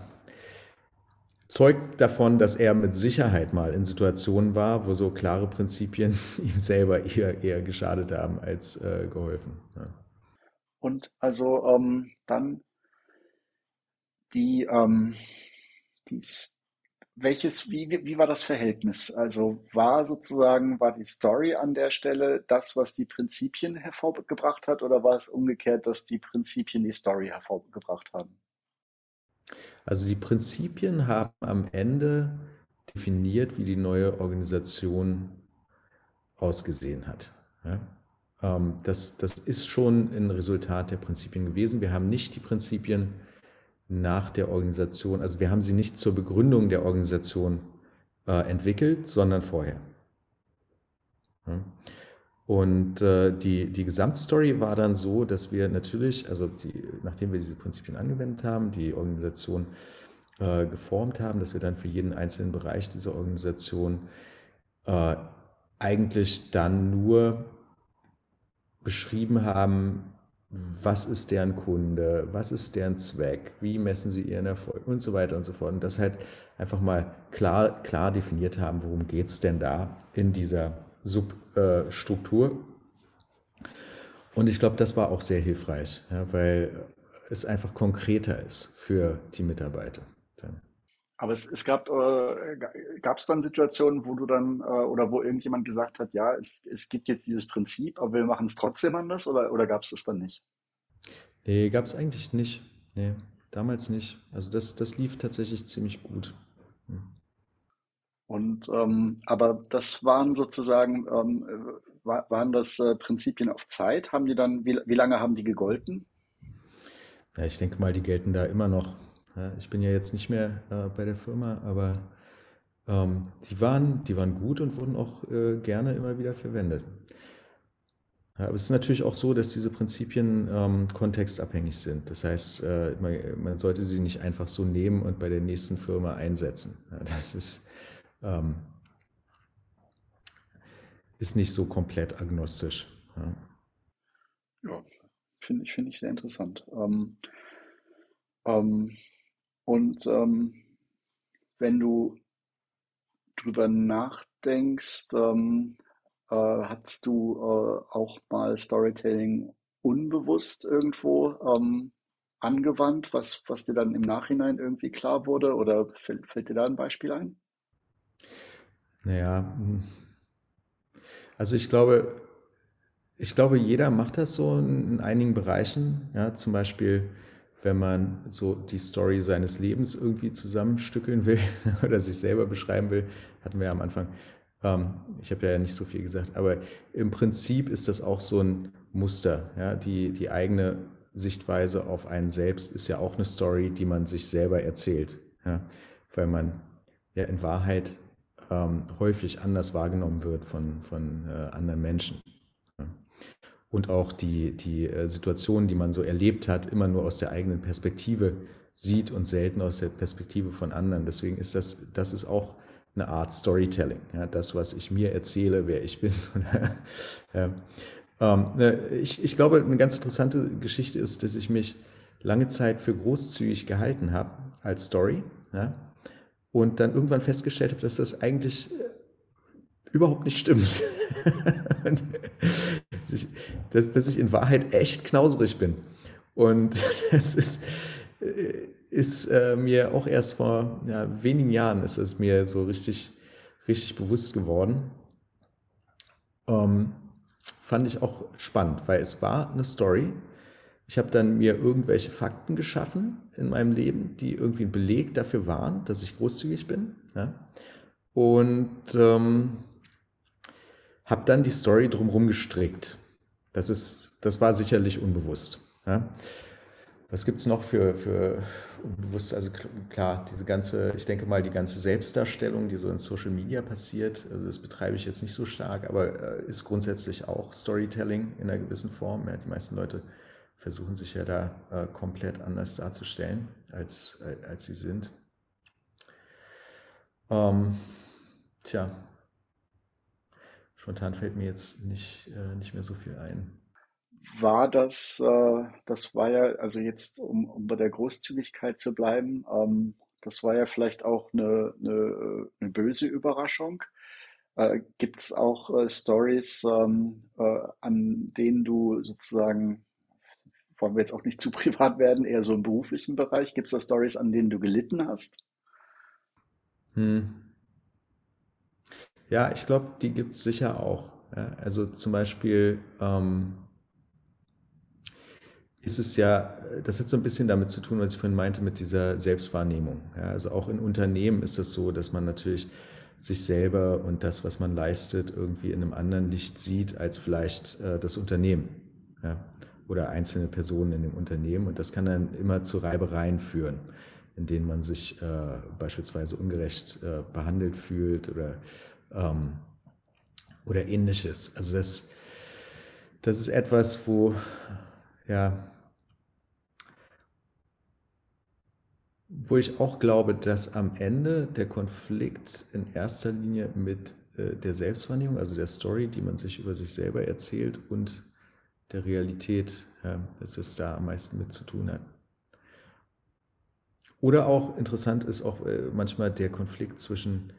zeugt davon, dass er mit Sicherheit mal in Situationen war, wo so klare Prinzipien ihm selber eher, eher geschadet haben als äh, geholfen. Ja. Und also ähm, dann die, ähm, die, welches, wie, wie wie war das Verhältnis? Also war sozusagen, war die Story an der Stelle das, was die Prinzipien hervorgebracht hat, oder war es umgekehrt, dass die Prinzipien die Story hervorgebracht haben? Also die Prinzipien haben am Ende definiert, wie die neue Organisation ausgesehen hat. Ja? Ähm, das, das ist schon ein Resultat der Prinzipien gewesen. Wir haben nicht die Prinzipien nach der Organisation, also wir haben sie nicht zur Begründung der Organisation äh, entwickelt, sondern vorher. Ja? Und äh, die, die Gesamtstory war dann so, dass wir natürlich, also die, nachdem wir diese Prinzipien angewendet haben, die Organisation äh, geformt haben, dass wir dann für jeden einzelnen Bereich dieser Organisation äh, eigentlich dann nur beschrieben haben, was ist deren Kunde, was ist deren Zweck, wie messen sie ihren Erfolg und so weiter und so fort. Und das halt einfach mal klar, klar definiert haben, worum geht es denn da in dieser Substruktur. Und ich glaube, das war auch sehr hilfreich, ja, weil es einfach konkreter ist für die Mitarbeiter. Dann. Aber es, es gab, äh, gab es dann Situationen, wo du dann, äh, oder wo irgendjemand gesagt hat, ja, es, es gibt jetzt dieses Prinzip, aber wir machen es trotzdem anders, oder, oder gab es das dann nicht? Nee, gab es eigentlich nicht. Nee, damals nicht. Also das, das lief tatsächlich ziemlich gut. Hm. Und ähm, aber das waren sozusagen, ähm, äh, wa- waren das äh, Prinzipien auf Zeit? Haben die dann, wie, wie lange haben die gegolten? Ja, ich denke mal, die gelten da immer noch. Ja, ich bin ja jetzt nicht mehr äh, bei der Firma, aber ähm, die waren, die waren gut und wurden auch äh, gerne immer wieder verwendet. Ja, aber es ist natürlich auch so, dass diese Prinzipien ähm, kontextabhängig sind. Das heißt, äh, man, man sollte sie nicht einfach so nehmen und bei der nächsten Firma einsetzen. Ja, das ist, ähm, ist nicht so komplett agnostisch. Ja. Ja, finde ich, finde ich sehr interessant. Ähm, ähm, und ähm, wenn du drüber nachdenkst, ähm, äh, hattest du äh, auch mal Storytelling unbewusst irgendwo ähm, angewandt, was, was dir dann im Nachhinein irgendwie klar wurde? Oder fällt, fällt dir da ein Beispiel ein? Naja, hm, also ich glaube, ich glaube, jeder macht das so in, in einigen Bereichen. Ja, zum Beispiel, wenn man so die Story seines Lebens irgendwie zusammenstückeln will oder sich selber beschreiben will, hatten wir ja am Anfang. Ähm, ich habe ja nicht so viel gesagt, aber im Prinzip ist das auch so ein Muster. Ja, die, die eigene Sichtweise auf einen selbst ist ja auch eine Story, die man sich selber erzählt. Ja, weil man ja in Wahrheit ähm, häufig anders wahrgenommen wird von, von äh, anderen Menschen. Ja. Und auch die, die äh, Situationen, die man so erlebt hat, immer nur aus der eigenen Perspektive sieht und selten aus der Perspektive von anderen. Deswegen ist das, das ist auch eine Art Storytelling. Ja, das, was ich mir erzähle, wer ich bin. ja. ähm, ne, ich, ich glaube, eine ganz interessante Geschichte ist, dass ich mich lange Zeit für großzügig gehalten habe als Story. Ja, und dann irgendwann festgestellt habe, dass das eigentlich überhaupt nicht stimmt. dass, ich, dass, dass ich in Wahrheit echt knauserig bin. Und das ist, ist äh, mir auch erst vor ja, wenigen Jahren ist es mir so richtig, richtig bewusst geworden. Ähm, Fand ich auch spannend, weil es war eine Story. Ich habe dann mir irgendwelche Fakten geschaffen in meinem Leben, die irgendwie ein Beleg dafür waren, dass ich großzügig bin. Ja? Und ähm, habe dann die Story drumherum gestrickt. Das ist, das war sicherlich unbewusst. Ja. Was gibt es noch für, für unbewusst, also klar, diese ganze, ich denke mal, die ganze Selbstdarstellung, die so in Social Media passiert, also das betreibe ich jetzt nicht so stark, aber äh, ist grundsätzlich auch Storytelling in einer gewissen Form. Ja. Die meisten Leute versuchen sich ja da äh, komplett anders darzustellen, als, äh, als sie sind. Ähm, tja, spontan fällt mir jetzt nicht, äh, nicht mehr so viel ein. War das, äh, das war ja, also jetzt, um, um bei der Großzügigkeit zu bleiben, ähm, das war ja vielleicht auch eine, eine, eine böse Überraschung. Äh, Gibt es auch äh, Stories, ähm, äh, an denen du sozusagen, wollen wir jetzt auch nicht zu privat werden, eher so im beruflichen Bereich, gibt es da Stories, an denen du gelitten hast? Hm. Ja, ich glaube, die gibt es sicher auch. Ja, also zum Beispiel ähm, ist es ja, das hat so ein bisschen damit zu tun, was ich vorhin meinte, mit dieser Selbstwahrnehmung. Ja, also auch in Unternehmen ist es so, dass man natürlich sich selber und das, was man leistet, irgendwie in einem anderen Licht sieht als vielleicht äh, das Unternehmen. Ja, oder einzelne Personen in dem Unternehmen. Und das kann dann immer zu Reibereien führen, in denen man sich äh, beispielsweise ungerecht äh, behandelt fühlt oder ähm, oder ähnliches. Also das, das ist etwas, wo, ja, wo ich auch glaube, dass am Ende der Konflikt in erster Linie mit äh, der Selbstwahrnehmung, also der Story, die man sich über sich selber erzählt und der Realität, ja, dass es da am meisten mit zu tun hat. Oder auch interessant ist auch äh, manchmal der Konflikt zwischen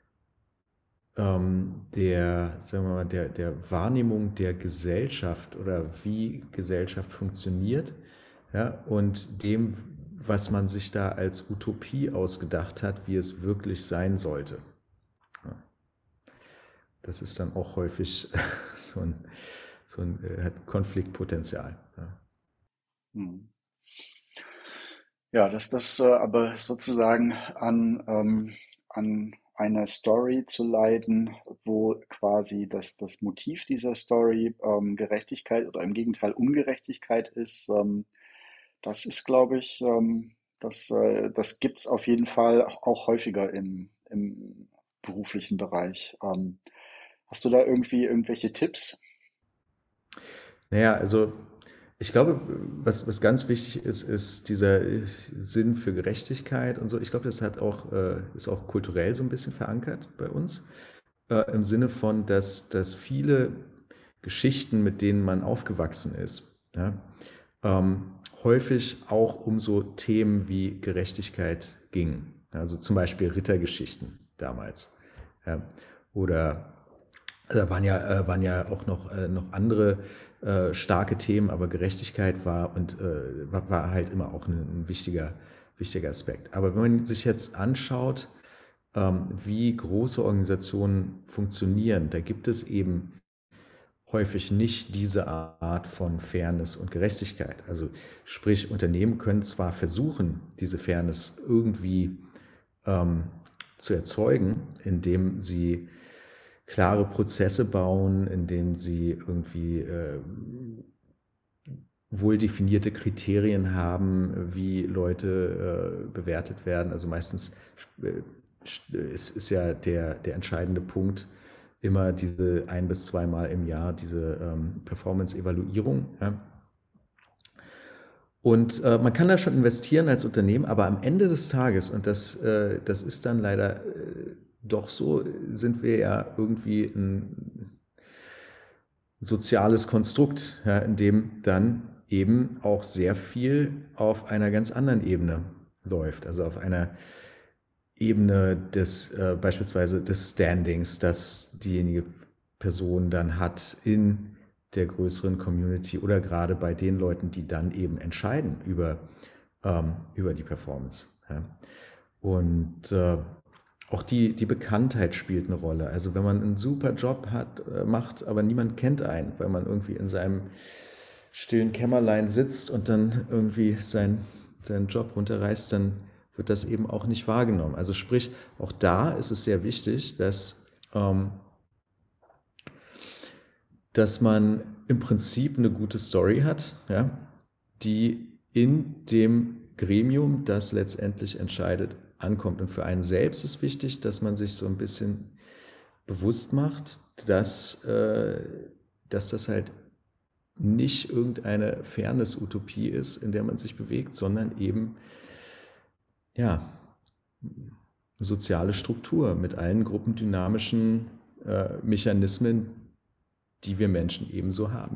ähm, der, sagen wir mal, der, der Wahrnehmung der Gesellschaft oder wie Gesellschaft funktioniert, ja, und dem, was man sich da als Utopie ausgedacht hat, wie es wirklich sein sollte. Ja. Das ist dann auch häufig so ein, so ein äh, hat Konfliktpotenzial. Ja. Hm. Ja, dass das äh, aber sozusagen an, ähm, an einer Story zu leiten, wo quasi das, das Motiv dieser Story ähm, Gerechtigkeit oder im Gegenteil Ungerechtigkeit ist, ähm, das ist, glaube ich, ähm, das, äh, das gibt es auf jeden Fall auch häufiger im, im beruflichen Bereich. Ähm, hast du da irgendwie irgendwelche Tipps? Naja, also ich glaube, was, was ganz wichtig ist, ist dieser Sinn für Gerechtigkeit und so. Ich glaube, das hat auch, äh, ist auch kulturell so ein bisschen verankert bei uns. Äh, im Sinne von, dass, dass viele Geschichten, mit denen man aufgewachsen ist, ja, ähm, häufig auch um so Themen wie Gerechtigkeit gingen. Also zum Beispiel Rittergeschichten damals. Ja. Oder da waren ja, äh, waren ja auch noch, äh, noch andere äh, starke Themen, aber Gerechtigkeit war und äh, war, war halt immer auch ein, ein wichtiger, wichtiger Aspekt. Aber wenn man sich jetzt anschaut, ähm, wie große Organisationen funktionieren, da gibt es eben häufig nicht diese Art von Fairness und Gerechtigkeit. Also sprich, Unternehmen können zwar versuchen, diese Fairness irgendwie ähm, zu erzeugen, indem sie klare Prozesse bauen, indem sie irgendwie äh, wohl definierte Kriterien haben, wie Leute äh, bewertet werden. Also meistens äh, ist, ist ja der, der entscheidende Punkt immer diese ein bis zweimal im Jahr diese ähm, Performance-Evaluierung. Ja. Und äh, man kann da schon investieren als Unternehmen, aber am Ende des Tages, und das, äh, das ist dann leider äh, doch so, sind wir ja irgendwie ein soziales Konstrukt, ja, in dem dann eben auch sehr viel auf einer ganz anderen Ebene läuft. Also auf einer Ebene des äh, beispielsweise des Standings, das diejenige Person dann hat in der größeren Community oder gerade bei den Leuten, die dann eben entscheiden über, ähm, über die Performance. Ja. Und äh, auch die, die Bekanntheit spielt eine Rolle. Also wenn man einen super Job hat, äh, macht, aber niemand kennt einen, weil man irgendwie in seinem stillen Kämmerlein sitzt und dann irgendwie sein, seinen Job runterreißt, dann wird das eben auch nicht wahrgenommen. Also sprich, auch da ist es sehr wichtig, dass, ähm, dass man im Prinzip eine gute Story hat, ja, die in dem Gremium, das letztendlich entscheidet, ankommt. Und für einen selbst ist wichtig, dass man sich so ein bisschen bewusst macht, dass, äh, dass das halt nicht irgendeine Fairness-Utopie ist, in der man sich bewegt, sondern eben ja, soziale Struktur mit allen gruppendynamischen äh, Mechanismen, die wir Menschen ebenso haben.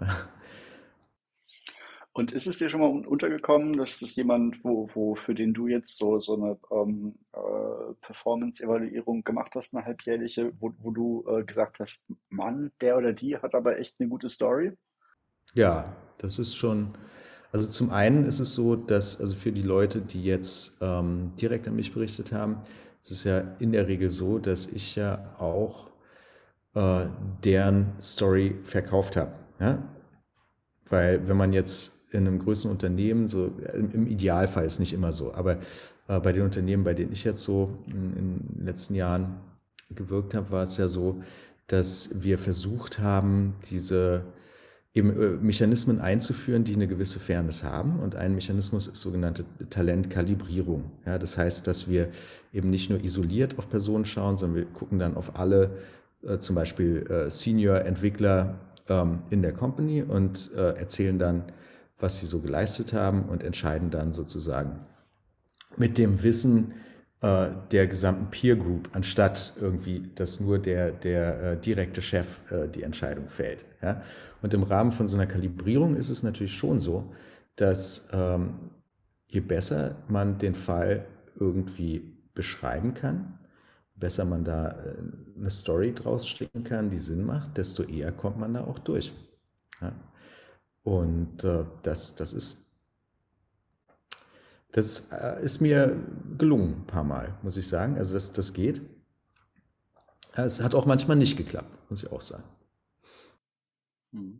Und ist es dir schon mal un- untergekommen, dass das jemand, wo, wo für den du jetzt so, so eine ähm, äh, Performance-Evaluierung gemacht hast, eine halbjährliche, wo, wo du äh, gesagt hast, Mann, der oder die hat aber echt eine gute Story? Ja, das ist schon, also zum einen ist es so, dass also für die Leute, die jetzt ähm, direkt an mich berichtet haben, es ist ja in der Regel so, dass ich ja auch äh, deren Story verkauft habe. Ja? Weil wenn man jetzt in einem größeren Unternehmen, so im, im Idealfall ist nicht immer so, aber äh, bei den Unternehmen, bei denen ich jetzt so in, in den letzten Jahren gewirkt habe, war es ja so, dass wir versucht haben, diese eben äh, Mechanismen einzuführen, die eine gewisse Fairness haben. Und ein Mechanismus ist sogenannte Talentkalibrierung. Ja, das heißt, dass wir eben nicht nur isoliert auf Personen schauen, sondern wir gucken dann auf alle, äh, zum Beispiel äh, Senior-Entwickler ähm, in der Company und äh, erzählen dann, was sie so geleistet haben und entscheiden dann sozusagen mit dem Wissen äh, der gesamten Peer Group, anstatt irgendwie, dass nur der, der äh, direkte Chef äh, die Entscheidung fällt. Ja? Und im Rahmen von so einer Kalibrierung ist es natürlich schon so, dass ähm, je besser man den Fall irgendwie beschreiben kann, besser man da äh, eine Story draus stricken kann, die Sinn macht, desto eher kommt man da auch durch. Ja? Und äh, das, das ist Das äh, ist mir gelungen, ein paar Mal, muss ich sagen. Also das, das geht. Es hat auch manchmal nicht geklappt, muss ich auch sagen. Hm.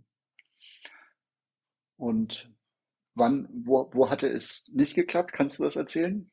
Und wann, wo, wo hatte es nicht geklappt? Kannst du das erzählen?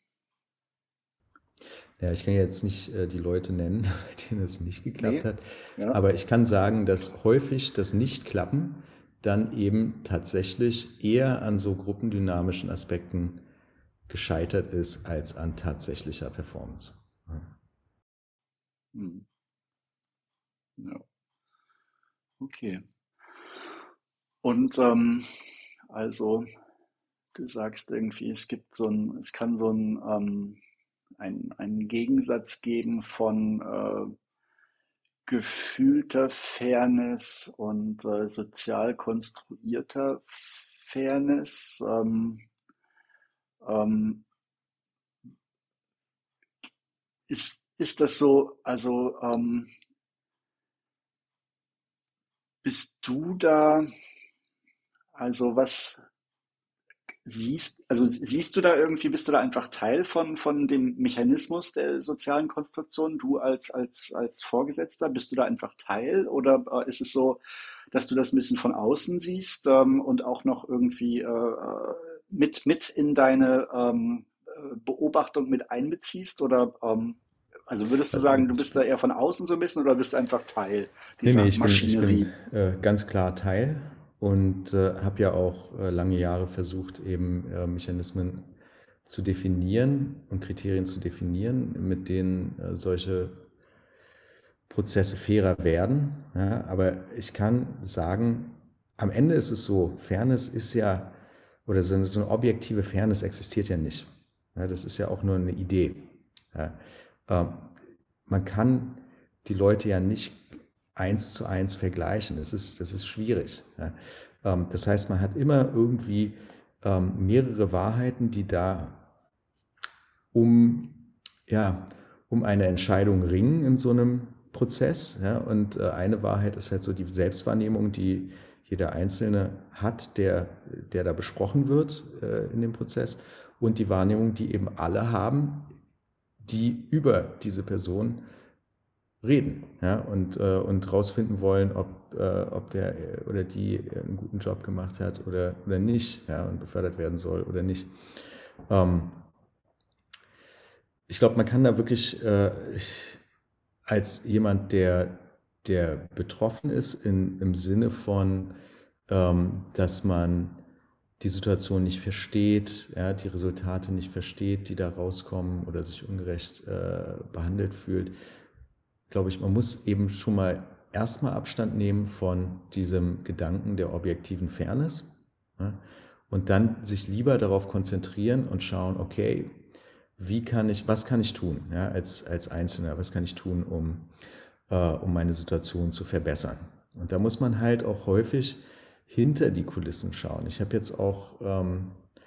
Ja, ich kann jetzt nicht äh, die Leute nennen, bei denen es nicht geklappt Nee? hat, Ja. aber ich kann sagen, dass häufig das Nicht-Klappen dann eben tatsächlich eher an so gruppendynamischen Aspekten gescheitert ist als an tatsächlicher Performance. Ja. Hm. Ja. Okay. Und ähm, also du sagst irgendwie, es gibt so ein, es kann so ein, ähm, ein, einen Gegensatz geben von äh, gefühlter Fairness und äh, sozial konstruierter Fairness. Ähm, ähm, ist, ist das so, also ähm, bist du da, also was siehst, also siehst du da irgendwie, bist du da einfach Teil von, von dem Mechanismus der sozialen Konstruktion, du als, als, als Vorgesetzter, bist du da einfach Teil oder äh, ist es so, dass du das ein bisschen von außen siehst ähm, und auch noch irgendwie äh, äh, mit, mit in deine ähm, äh, Beobachtung mit einbeziehst oder ähm, also würdest du sagen, du bist da eher von außen so ein bisschen oder bist du einfach Teil Nee, nee, dieser ich bin, ich bin Maschinerie? äh, ganz klar Teil und äh, habe ja auch äh, lange Jahre versucht, eben äh, Mechanismen zu definieren und Kriterien zu definieren, mit denen äh, solche Prozesse fairer werden. Ja, aber ich kann sagen, am Ende ist es so, Fairness ist ja, oder so eine, so eine objektive Fairness existiert ja nicht. Ja, das ist ja auch nur eine Idee. Ja, ähm, man kann die Leute ja nicht eins zu eins vergleichen. Das ist, das ist schwierig. Ja. Ähm, das heißt, man hat immer irgendwie ähm, mehrere Wahrheiten, die da um, ja, um eine Entscheidung ringen in so einem Prozess. Ja. Und äh, eine Wahrheit ist halt so die Selbstwahrnehmung, die jeder Einzelne hat, der, der da besprochen wird äh, in dem Prozess. Und die Wahrnehmung, die eben alle haben, die über diese Person reden, ja, und, äh, und rausfinden wollen, ob, äh, ob der oder die einen guten Job gemacht hat oder, oder nicht, ja, und befördert werden soll oder nicht. Ähm, ich glaube, man kann da wirklich äh, ich, als jemand, der, der betroffen ist, in, im Sinne von, ähm, dass man die Situation nicht versteht, ja, die Resultate nicht versteht, die da rauskommen oder sich ungerecht äh, behandelt fühlt, glaube ich, man muss eben schon mal erstmal Abstand nehmen von diesem Gedanken der objektiven Fairness, ja, und dann sich lieber darauf konzentrieren und schauen, okay, wie kann ich, was kann ich tun, ja, als, als Einzelner, was kann ich tun, um, äh, um meine Situation zu verbessern. Und da muss man halt auch häufig hinter die Kulissen schauen. Ich habe jetzt auch ähm,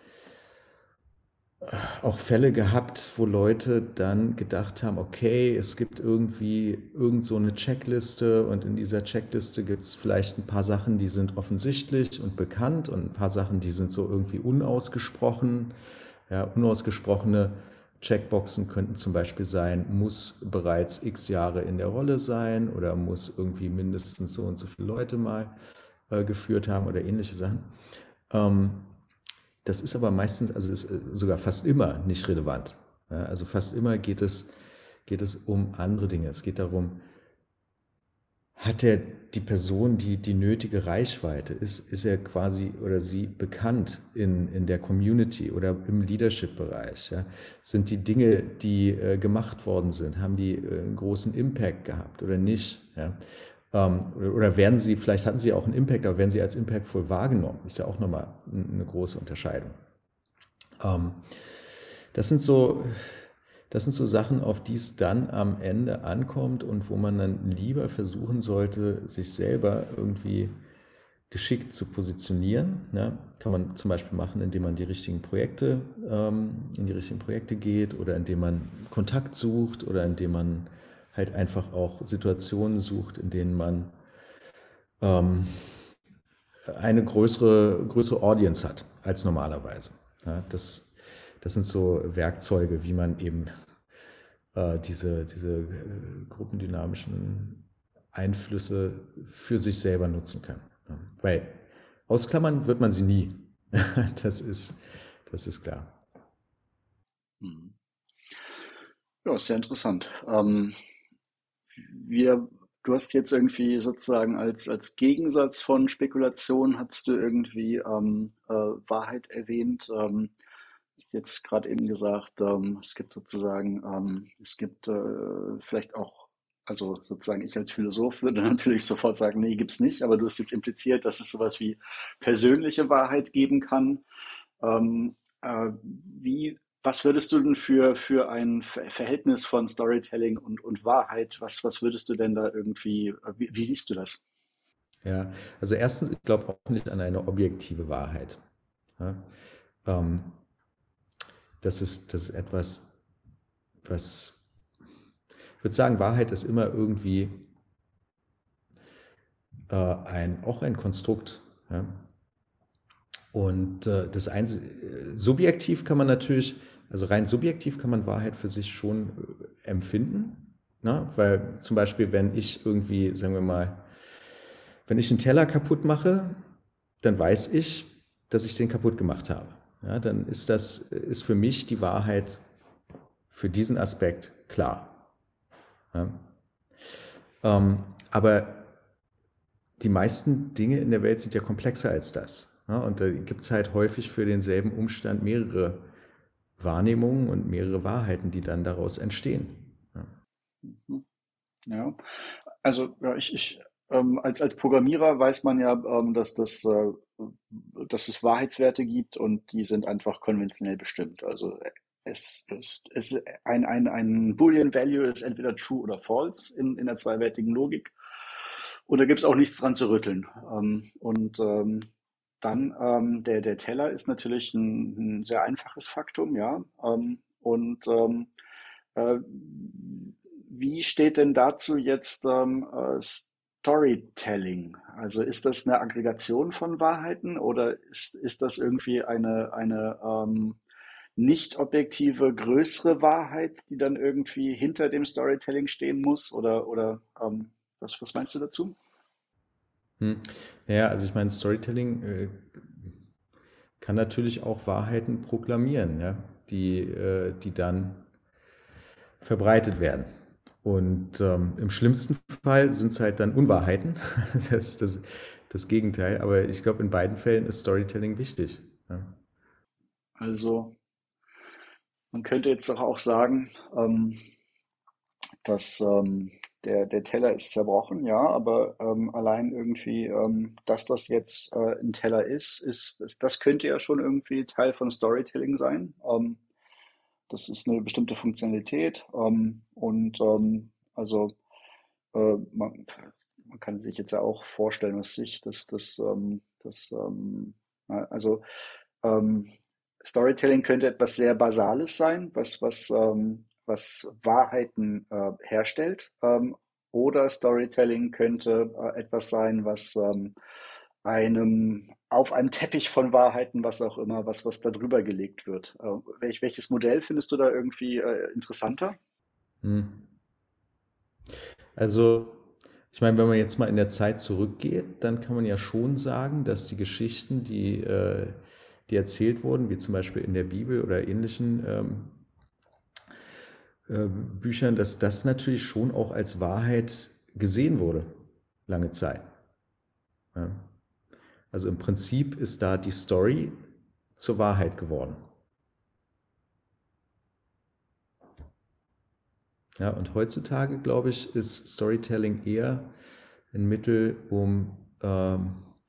auch Fälle gehabt, wo Leute dann gedacht haben, okay, es gibt irgendwie irgend so eine Checkliste und in dieser Checkliste gibt es vielleicht ein paar Sachen, die sind offensichtlich und bekannt und ein paar Sachen, die sind so irgendwie unausgesprochen. Ja, unausgesprochene Checkboxen könnten zum Beispiel sein, muss bereits x Jahre in der Rolle sein oder muss irgendwie mindestens so und so viele Leute mal äh, geführt haben oder ähnliche Sachen. Ähm, Das ist aber meistens, also ist sogar fast immer nicht relevant. Ja, also fast immer geht es, geht es um andere Dinge. Es geht darum, hat er die Person die, die nötige Reichweite? Ist, ist er quasi oder sie bekannt in, in der Community oder im Leadership-Bereich? Ja? Sind die Dinge, die äh, gemacht worden sind, haben die äh, einen großen Impact gehabt oder nicht? Ja? Ähm, oder, oder werden sie, vielleicht hatten sie auch einen Impact, aber werden sie als impactful wahrgenommen? Ist ja auch nochmal eine große Unterscheidung. Ähm, das sind so... Das sind so Sachen, auf die es dann am Ende ankommt und wo man dann lieber versuchen sollte, sich selber irgendwie geschickt zu positionieren. Ja, kann man zum Beispiel machen, indem man die richtigen Projekte, ähm, in die richtigen Projekte geht oder indem man Kontakt sucht oder indem man halt einfach auch Situationen sucht, in denen man ähm, eine größere, größere Audience hat als normalerweise. Ja, das das sind so Werkzeuge, wie man eben äh, diese, diese äh, gruppendynamischen Einflüsse für sich selber nutzen kann. Ja. Weil ausklammern wird man sie nie. Das ist, das ist klar. Hm. Ja, ist sehr interessant. Ähm, wir, du hast jetzt irgendwie sozusagen als, als Gegensatz von Spekulation, hast du irgendwie ähm, äh, Wahrheit erwähnt. Ähm, hast jetzt gerade eben gesagt, ähm, es gibt sozusagen, ähm, es gibt äh, vielleicht auch, also sozusagen ich als Philosoph würde natürlich sofort sagen, nee, gibt's nicht, aber du hast jetzt impliziert, dass es sowas wie persönliche Wahrheit geben kann. Ähm, äh, wie, was würdest du denn für, für ein Ver- Verhältnis von Storytelling und, und Wahrheit, was, was würdest du denn da irgendwie, äh, wie, wie siehst du das? Ja, also erstens, ich glaube auch nicht an eine objektive Wahrheit. Ja, ähm, das ist, das ist etwas, was, ich würde sagen, Wahrheit ist immer irgendwie äh, ein, auch ein Konstrukt. Ja? Und äh, das Einzel subjektiv kann man natürlich, also rein subjektiv kann man Wahrheit für sich schon äh, empfinden. Ne? Weil zum Beispiel, wenn ich irgendwie, sagen wir mal, wenn ich einen Teller kaputt mache, dann weiß ich, dass ich den kaputt gemacht habe. Ja, dann ist das, ist für mich die Wahrheit für diesen Aspekt klar. Ja? Ähm, aber die meisten Dinge in der Welt sind ja komplexer als das. Ja? Und da gibt es halt häufig für denselben Umstand mehrere Wahrnehmungen und mehrere Wahrheiten, die dann daraus entstehen. Ja. Mhm. Ja, also ja, ich, ich ähm, als, als Programmierer weiß man ja, ähm, dass, das, äh, dass es Wahrheitswerte gibt und die sind einfach konventionell bestimmt. Also äh, es, es, es ein, ein, ein Boolean Value ist entweder true oder false in, in der zweiwertigen Logik. Und da gibt es auch nichts dran zu rütteln. Ähm, und ähm, dann ähm, der, der Teller ist natürlich ein, ein sehr einfaches Faktum, ja. Ähm, und ähm, äh, wie steht denn dazu jetzt ähm, äh, Storytelling? Also ist das eine Aggregation von Wahrheiten oder ist, ist das irgendwie eine, eine ähm, nicht objektive, größere Wahrheit, die dann irgendwie hinter dem Storytelling stehen muss? Oder, oder ähm, was, was meinst du dazu? Hm. Naja, also ich meine, Storytelling äh, kann natürlich auch Wahrheiten proklamieren, ja, die, äh, die dann verbreitet werden. Und ähm, im schlimmsten Fall sind es halt dann Unwahrheiten. Das ist das, das Gegenteil. Aber ich glaube, in beiden Fällen ist Storytelling wichtig. Ja. Also man könnte jetzt doch auch sagen, ähm, dass ähm, der, der Teller ist zerbrochen, ja, aber ähm, allein irgendwie, ähm, dass das jetzt äh, ein Teller ist, ist, ist, das könnte ja schon irgendwie Teil von Storytelling sein. Ähm, das ist eine bestimmte Funktionalität ähm, und ähm, also äh, man, man kann sich jetzt ja auch vorstellen, was sich, dass das, ähm, das ähm, na, also ähm, Storytelling könnte etwas sehr Basales sein, was, was, ähm, was Wahrheiten äh, herstellt. Ähm, oder Storytelling könnte äh, etwas sein, was ähm, einem auf einem Teppich von Wahrheiten, was auch immer, was, was da drüber gelegt wird. Äh, welch, welches Modell findest du da irgendwie äh, interessanter? Hm. Also, ich meine, wenn man jetzt mal in der Zeit zurückgeht, dann kann man ja schon sagen, dass die Geschichten, die, äh, die erzählt wurden, wie zum Beispiel in der Bibel oder ähnlichen ähm, äh, Büchern, dass das natürlich schon auch als Wahrheit gesehen wurde, lange Zeit. Ja. Also im Prinzip ist da die Story zur Wahrheit geworden. Ja, und heutzutage, glaube ich, ist Storytelling eher ein Mittel, um, ähm,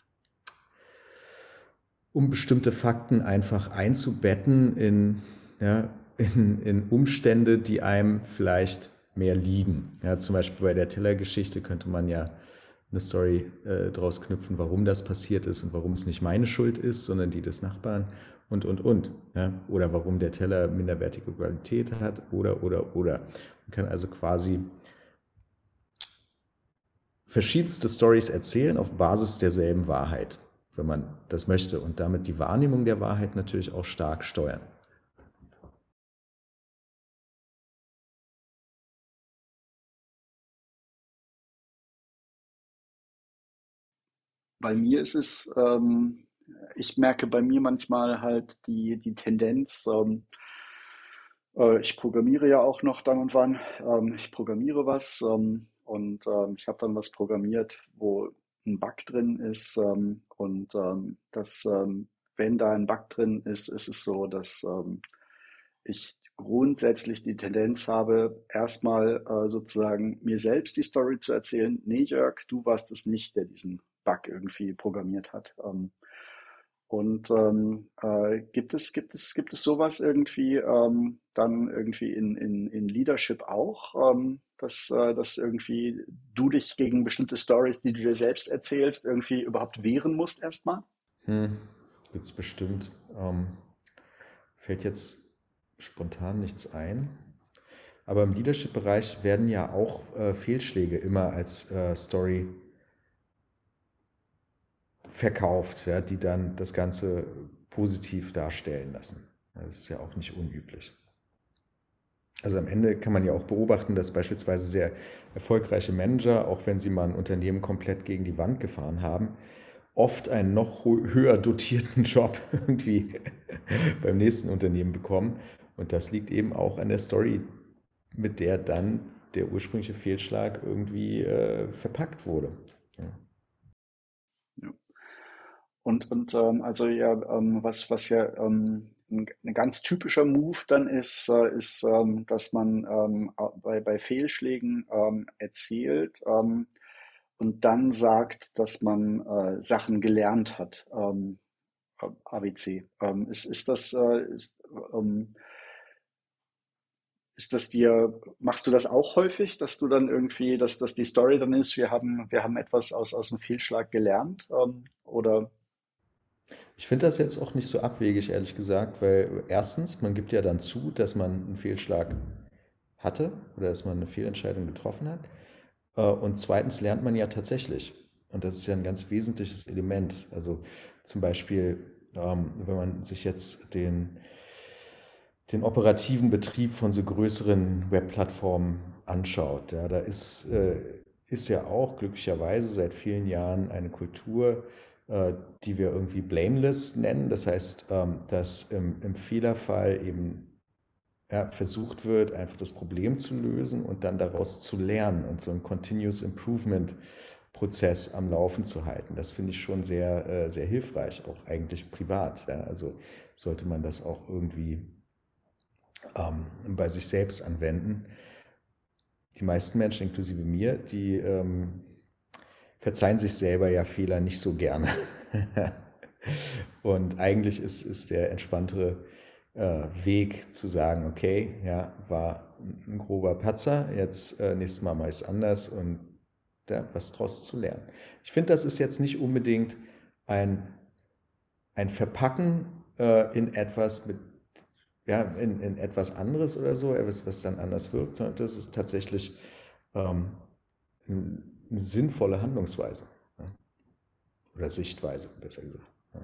um bestimmte Fakten einfach einzubetten in, ja, in, in Umstände, die einem vielleicht mehr liegen. Ja, zum Beispiel bei der Tellergeschichte könnte man ja eine Story äh, draus knüpfen, warum das passiert ist und warum es nicht meine Schuld ist, sondern die des Nachbarn und, und, und. Ja? Oder warum der Teller minderwertige Qualität hat oder, oder, oder. Man kann also quasi verschiedenste Stories erzählen auf Basis derselben Wahrheit, wenn man das möchte und damit die Wahrnehmung der Wahrheit natürlich auch stark steuern. bei mir ist es, ähm, ich merke bei mir manchmal halt die, die Tendenz, ähm, äh, ich programmiere ja auch noch dann und wann. Ähm, ich programmiere was ähm, und ähm, ich habe dann was programmiert, wo ein Bug drin ist. Ähm, und ähm, das, ähm, wenn da ein Bug drin ist, ist es so, dass ähm, ich grundsätzlich die Tendenz habe, erstmal äh, sozusagen mir selbst die Story zu erzählen. Nee, Jörg, du warst es nicht, der diesen Bug irgendwie programmiert hat. Ähm, und ähm, äh, gibt es, gibt es, gibt es sowas irgendwie ähm, dann irgendwie in, in, in Leadership auch, ähm, dass, äh, dass irgendwie du dich gegen bestimmte Stories, die du dir selbst erzählst, irgendwie überhaupt wehren musst erstmal? Hm, gibt es bestimmt. Ähm, fällt jetzt spontan nichts ein. Aber im Leadership-Bereich werden ja auch äh, Fehlschläge immer als äh, Story verkauft, ja, die dann das Ganze positiv darstellen lassen. Das ist ja auch nicht unüblich. Also am Ende kann man ja auch beobachten, dass beispielsweise sehr erfolgreiche Manager, auch wenn sie mal ein Unternehmen komplett gegen die Wand gefahren haben, oft einen noch höher dotierten Job irgendwie beim nächsten Unternehmen bekommen. Und das liegt eben auch an der Story, mit der dann der ursprüngliche Fehlschlag irgendwie äh, verpackt wurde. Ja. Ja. Und, und ähm, also ja, ähm, was, was ja ähm, ein, ein ganz typischer Move dann ist, äh, ist, ähm, dass man ähm, au- bei, bei Fehlschlägen ähm, erzählt ähm, und dann sagt, dass man äh, Sachen gelernt hat. Ähm, A B C. Ähm, ist, ist das, äh, ist, ähm, ist das dir, machst du das auch häufig, dass du dann irgendwie, dass, dass die Story dann ist, wir haben, wir haben etwas aus, aus dem Fehlschlag gelernt? Ähm, oder Ich finde das jetzt auch nicht so abwegig, ehrlich gesagt, weil erstens, man gibt ja dann zu, dass man einen Fehlschlag hatte oder dass man eine Fehlentscheidung getroffen hat. Äh, Und zweitens lernt man ja tatsächlich. Und das ist ja ein ganz wesentliches Element. Also zum Beispiel, ähm, wenn man sich jetzt den, den operativen Betrieb von so größeren Webplattformen anschaut, ja, da ist, äh, ist ja auch glücklicherweise seit vielen Jahren eine Kultur, äh, die wir irgendwie blameless nennen. Das heißt, ähm, dass im, im Fehlerfall eben ja, versucht wird, einfach das Problem zu lösen und dann daraus zu lernen und so einen Continuous Improvement Prozess am Laufen zu halten. Das finde ich schon sehr, äh, sehr hilfreich, auch eigentlich privat. Ja. Also sollte man das auch irgendwie ähm, bei sich selbst anwenden. Die meisten Menschen, inklusive mir, die ähm, verzeihen sich selber ja Fehler nicht so gerne. Und eigentlich ist, ist der entspanntere äh, Weg zu sagen, okay, ja, war ein grober Patzer, jetzt äh, nächstes Mal mache ich es anders und ja, was draus zu lernen. Ich finde, das ist jetzt nicht unbedingt ein, ein Verpacken äh, in etwas mit, ja, in, in etwas anderes oder so, etwas, was dann anders wirkt, sondern das ist tatsächlich ähm, eine sinnvolle Handlungsweise, ja, oder Sichtweise, besser gesagt. Ja.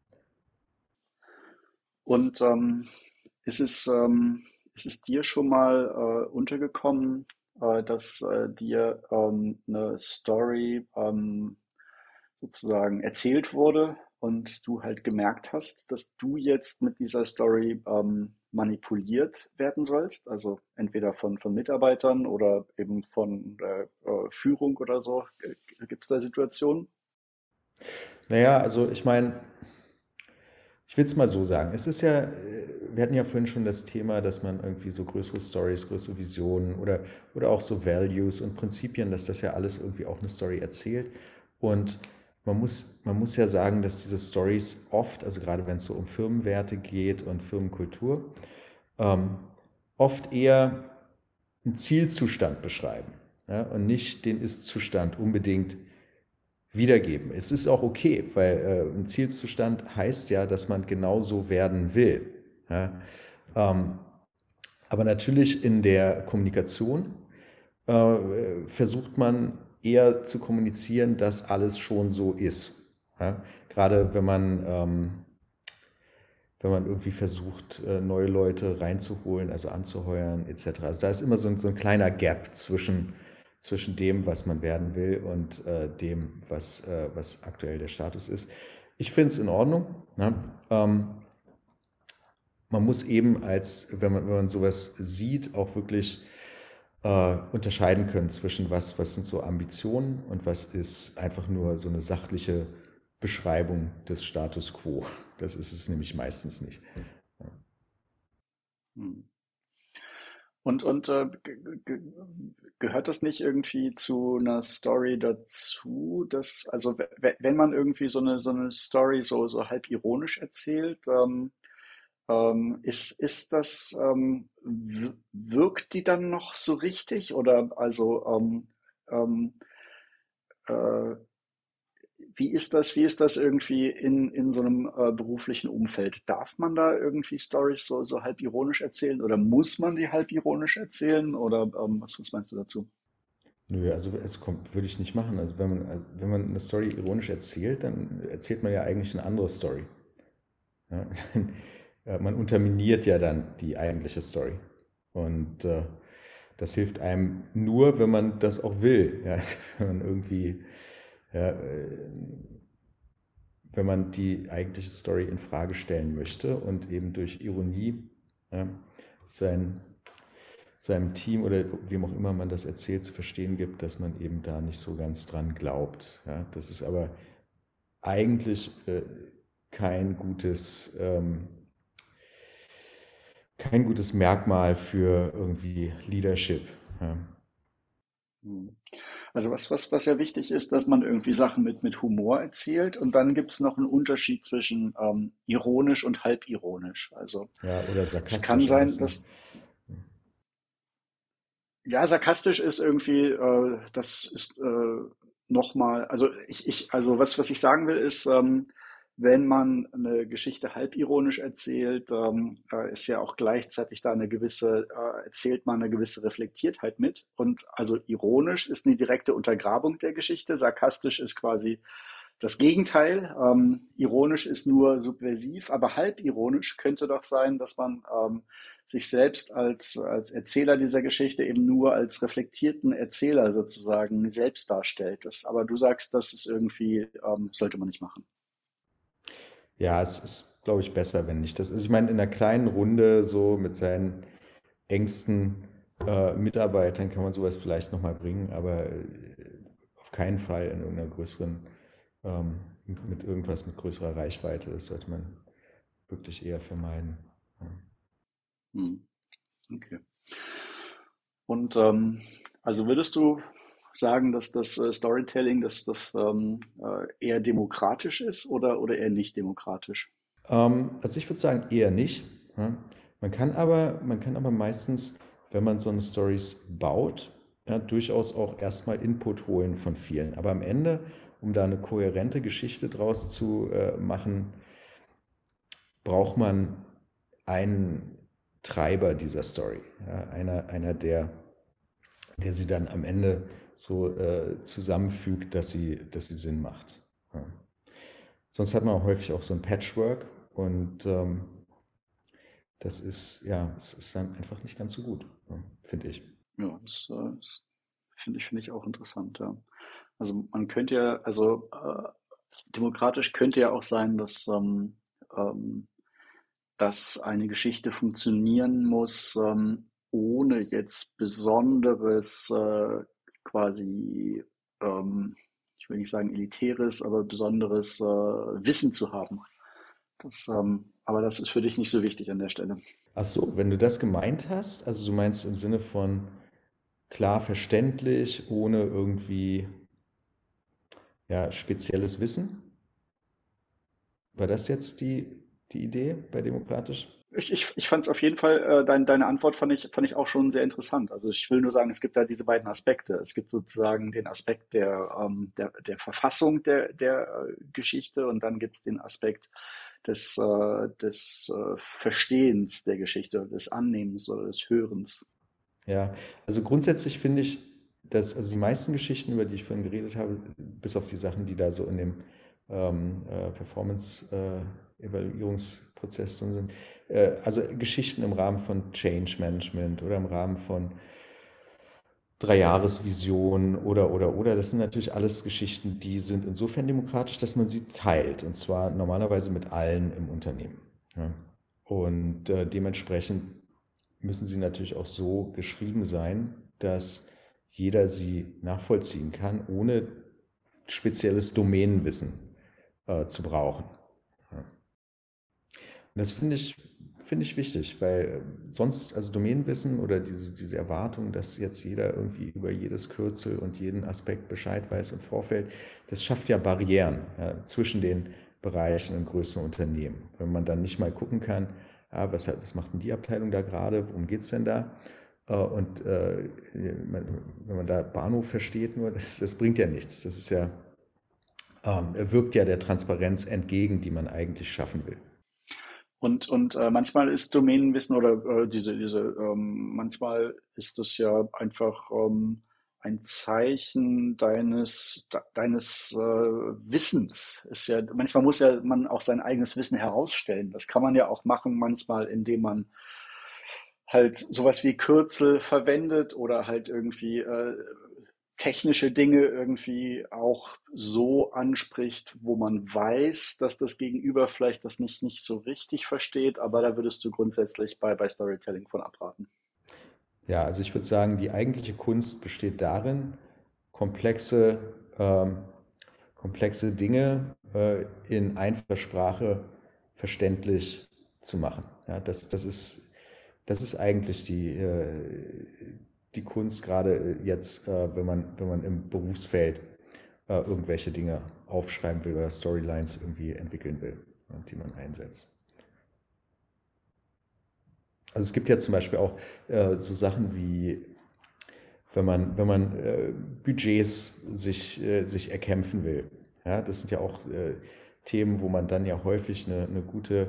und ähm, ist es, ähm, ist es dir schon mal äh, untergekommen, äh, dass äh, dir ähm, eine Story ähm, sozusagen erzählt wurde und du halt gemerkt hast, dass du jetzt mit dieser Story ähm, manipuliert werden sollst, also entweder von, von Mitarbeitern oder eben von äh, äh, Führung oder so. Gibt es da Situationen? Naja, also ich meine, ich will es mal so sagen. Es ist ja, äh, wir hatten ja vorhin schon das Thema, dass man irgendwie so größere Stories, größere Visionen oder, oder auch so Values und Prinzipien, dass das ja alles irgendwie auch eine Story erzählt. Und man muss, man muss ja sagen, dass diese Stories oft, also gerade wenn es so um Firmenwerte geht und Firmenkultur, ähm, oft eher einen Zielzustand beschreiben, ja, und nicht den Ist-Zustand unbedingt wiedergeben. Es ist auch okay, weil äh, ein Zielzustand heißt ja, dass man genauso werden will. Ja? Ähm, aber natürlich in der Kommunikation äh, versucht man eher zu kommunizieren, dass alles schon so ist. Ja? Gerade wenn man, ähm, wenn man irgendwie versucht, äh, neue Leute reinzuholen, also anzuheuern, et cetera. Also da ist immer so ein, so ein kleiner Gap zwischen zwischen dem, was man werden will und äh, dem, was, äh, was aktuell der Status ist. Ich finde es in Ordnung. Ne? Ähm, man muss eben als, wenn man, wenn man sowas sieht, auch wirklich äh, unterscheiden können zwischen was, was sind so Ambitionen und was ist einfach nur so eine sachliche Beschreibung des Status quo. Das ist es nämlich meistens nicht. Hm. Und, und äh, ge ge gehört das nicht irgendwie zu einer Story dazu, dass, also we- wenn man irgendwie so eine, so eine Story so, so halb ironisch erzählt, ähm, ähm, ist, ist das, ähm, w- wirkt die dann noch so richtig? Oder also, ähm, ähm, äh, wie ist das, wie ist das irgendwie in, in so einem äh, beruflichen Umfeld? Darf man da irgendwie Stories so, so halb ironisch erzählen oder muss man die halb ironisch erzählen? Oder ähm, was, was meinst du dazu? Nö, also es kommt, würde ich nicht machen. Also wenn man, also wenn man eine Story ironisch erzählt, dann erzählt man ja eigentlich eine andere Story. Ja? Äh, Man unterminiert ja dann die eigentliche Story. Und äh, das hilft einem nur, wenn man das auch will. Ja? Also wenn man irgendwie, ja, äh, wenn man die eigentliche Story in Frage stellen möchte und eben durch Ironie ja, sein, seinem Team oder wem auch immer man das erzählt zu verstehen gibt, dass man eben da nicht so ganz dran glaubt. Ja? Das ist aber eigentlich äh, kein gutes, ähm, kein gutes Merkmal für irgendwie Leadership. Ja. Hm. Also was, was, was ja wichtig ist, dass man irgendwie Sachen mit, mit Humor erzählt und dann gibt es noch einen Unterschied zwischen ähm, ironisch und halbironisch. Also Ja, oder es kann sarkastisch auch. sein, Ne? dass, ja, sarkastisch ist irgendwie, äh, das ist äh, nochmal, also ich, ich, also was, was ich sagen will, ist, ähm, wenn man eine Geschichte halbironisch erzählt, ähm, äh, ist ja auch gleichzeitig da eine gewisse, äh, erzählt man eine gewisse Reflektiertheit mit. Und also ironisch ist eine direkte Untergrabung der Geschichte, sarkastisch ist quasi das Gegenteil. Ähm, ironisch ist nur subversiv, aber halbironisch könnte doch sein, dass man ähm, sich selbst als, als Erzähler dieser Geschichte eben nur als reflektierten Erzähler sozusagen selbst darstellt. Das, aber du sagst, das ist irgendwie, ähm, sollte man nicht machen. Ja, es ist, glaube ich, besser, wenn nicht das. Also ich meine, in einer kleinen Runde so mit seinen engsten äh, Mitarbeitern kann man sowas vielleicht nochmal bringen, aber äh, auf keinen Fall in irgendeiner größeren, ähm, mit, mit irgendwas mit größerer Reichweite. Das sollte man wirklich eher vermeiden. Ja. Hm, okay. Und ähm, also würdest du sagen, dass das äh, Storytelling, dass das ähm, äh, eher demokratisch ist oder, oder eher nicht demokratisch? Ähm, also ich würde sagen eher nicht. Ja. Man kann aber, man kann aber meistens, wenn man so eine Stories baut, ja, durchaus auch erstmal Input holen von vielen. Aber am Ende, um da eine kohärente Geschichte draus zu äh, machen, braucht man einen Treiber dieser Story. Ja, einer, einer der, der sie dann am Ende so äh, zusammenfügt, dass sie, dass sie Sinn macht. Ja. Sonst hat man häufig auch so ein Patchwork und ähm, das ist, ja, es ist dann einfach nicht ganz so gut, ja, finde ich. Ja, das, äh, das finde ich, finde ich auch interessant, ja. Also man könnte ja, also äh, demokratisch könnte ja auch sein, dass, ähm, ähm, dass eine Geschichte funktionieren muss, ähm, ohne jetzt besonderes äh, quasi, ähm, ich will nicht sagen elitäres, aber besonderes äh, Wissen zu haben. Das, ähm, aber das ist für dich nicht so wichtig an der Stelle. Ach so, wenn du das gemeint hast, also du meinst im Sinne von klar verständlich, ohne irgendwie ja, spezielles Wissen? War das jetzt die, die Idee bei Demokratisch? Ich, ich, ich fand es auf jeden Fall, äh, dein, deine Antwort fand ich, fand ich auch schon sehr interessant. Also ich will nur sagen, es gibt da diese beiden Aspekte. Es gibt sozusagen den Aspekt der, ähm, der, der Verfassung der, der äh, Geschichte und dann gibt es den Aspekt des, äh, des äh, Verstehens der Geschichte, des Annehmens oder des Hörens. Ja, also grundsätzlich finde ich, dass also die meisten Geschichten, über die ich vorhin geredet habe, bis auf die Sachen, die da so in dem ähm, äh, Performance-Evaluierungsprozess drin sind, äh, also Geschichten im Rahmen von Change Management oder im Rahmen von Dreijahresvision oder, oder, oder. Das sind natürlich alles Geschichten, die sind insofern demokratisch, dass man sie teilt. Und zwar normalerweise mit allen im Unternehmen. Ja. Und äh, dementsprechend müssen sie natürlich auch so geschrieben sein, dass jeder sie nachvollziehen kann, ohne spezielles Domänenwissen äh, zu brauchen. Ja. Und das finde ich, finde ich wichtig, weil sonst, also Domänenwissen oder diese, diese Erwartung, dass jetzt jeder irgendwie über jedes Kürzel und jeden Aspekt Bescheid weiß im Vorfeld, das schafft ja Barrieren, ja, zwischen den Bereichen in größeren Unternehmen. Wenn man dann nicht mal gucken kann, ah, was, was macht denn die Abteilung da gerade, worum geht es denn da? Äh, Und äh, wenn man da Bahnhof versteht, nur das, das bringt ja nichts. Das ist ja, ähm, wirkt ja der Transparenz entgegen, die man eigentlich schaffen will. Und, und äh, manchmal ist Domänenwissen oder äh, diese, diese, ähm, manchmal ist das ja einfach ähm, ein Zeichen deines, de, deines äh, Wissens. Ist ja, manchmal muss ja man auch sein eigenes Wissen herausstellen. Das kann man ja auch machen, manchmal, indem man halt sowas wie Kürzel verwendet oder halt irgendwie äh, technische Dinge irgendwie auch so anspricht, wo man weiß, dass das Gegenüber vielleicht das nicht, nicht so richtig versteht, aber da würdest du grundsätzlich bei, bei Storytelling von abraten. Ja, also ich würde sagen, die eigentliche Kunst besteht darin, komplexe, ähm, komplexe Dinge äh, in einfacher Sprache verständlich zu machen. Ja, das, das ist, das ist eigentlich die, äh, die Kunst, gerade jetzt, äh, wenn man, wenn man im Berufsfeld äh, irgendwelche Dinge aufschreiben will oder Storylines irgendwie entwickeln will, ja, die man einsetzt. Also es gibt ja zum Beispiel auch äh, so Sachen wie, wenn man, wenn man äh, Budgets sich, äh, sich erkämpfen will. Ja, das sind ja auch äh, Themen, wo man dann ja häufig eine, eine gute,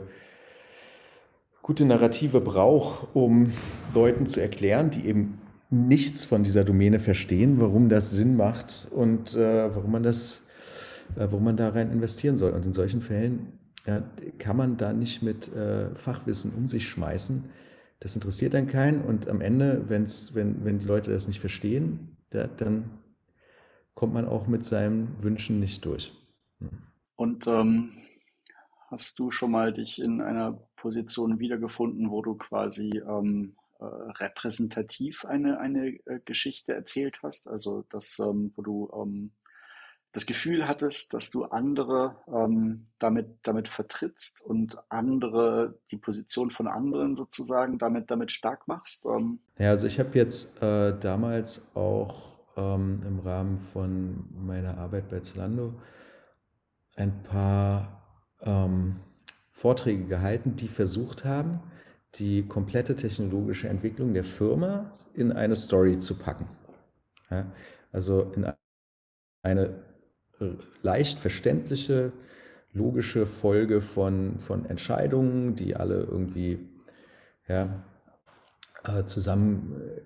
gute Narrative braucht, um Leuten zu erklären, die eben nichts von dieser Domäne verstehen, warum das Sinn macht und äh, warum man das, äh, warum man da rein investieren soll. Und in solchen Fällen ja, kann man da nicht mit äh, Fachwissen um sich schmeißen. Das interessiert dann keinen und am Ende, wenn's, wenn, wenn die Leute das nicht verstehen, da, dann kommt man auch mit seinen Wünschen nicht durch. Und ähm, hast du schon mal dich in einer Position wiedergefunden, wo du quasi ähm, äh, repräsentativ eine, eine äh, Geschichte erzählt hast? Also das, ähm, wo du ähm, das Gefühl hattest, dass du andere ähm, damit, damit vertrittst und andere, die Position von anderen sozusagen damit, damit stark machst? Ähm, Ja, also ich habe jetzt äh, damals auch ähm, im Rahmen von meiner Arbeit bei Zalando ein paar ähm, Vorträge gehalten, die versucht haben, die komplette technologische Entwicklung der Firma in eine Story zu packen. Ja, also in eine äh, leicht verständliche, logische Folge von, von Entscheidungen, die alle irgendwie ja, äh, zusammengehangen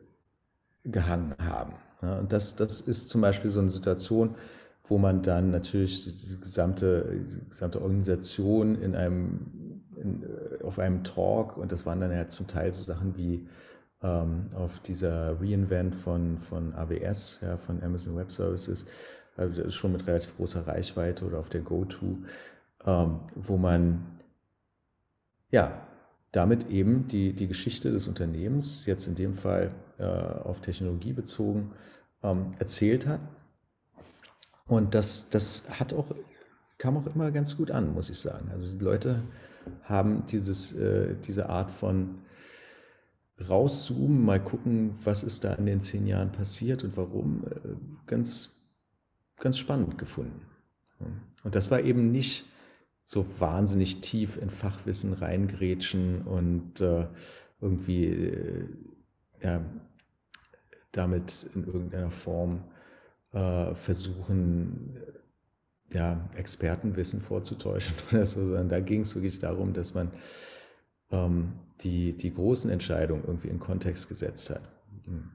haben. Ja, und das, das ist zum Beispiel so eine Situation, wo man dann natürlich die gesamte, die gesamte Organisation in einem, in, äh, auf einem Talk, und das waren dann ja zum Teil so Sachen wie ähm, auf dieser Reinvent von, von A W S, ja, von Amazon Web Services, also das ist schon mit relativ großer Reichweite, oder auf der GoTo, ähm, wo man ja damit eben die, die Geschichte des Unternehmens, jetzt in dem Fall äh, auf Technologie bezogen, ähm, erzählt hat. Und das, das hat auch, kam auch immer ganz gut an, muss ich sagen. Also die Leute haben dieses, äh, diese Art von rauszoomen, mal gucken, was ist da in den zehn Jahren passiert und warum, äh, ganz, ganz spannend gefunden. Und das war eben nicht so wahnsinnig tief in Fachwissen reingrätschen und äh, irgendwie äh, ja, damit in irgendeiner Form äh, versuchen, ja, Expertenwissen vorzutäuschen oder so, sondern da ging es wirklich darum, dass man ähm, die, die großen Entscheidungen irgendwie in Kontext gesetzt hat. Mhm.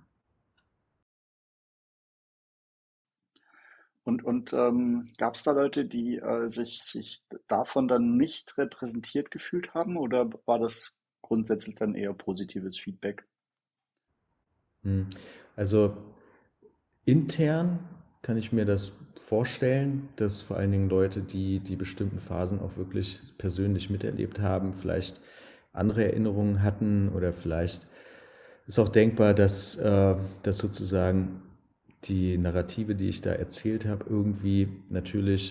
Und, und ähm, gab es da Leute, die äh, sich, sich davon dann nicht repräsentiert gefühlt haben oder war das grundsätzlich dann eher positives Feedback? Mhm. Also intern kann ich mir das vorstellen, dass vor allen Dingen Leute, die die bestimmten Phasen auch wirklich persönlich miterlebt haben, vielleicht andere Erinnerungen hatten oder vielleicht ist auch denkbar, dass, äh, dass sozusagen die Narrative, die ich da erzählt habe, irgendwie natürlich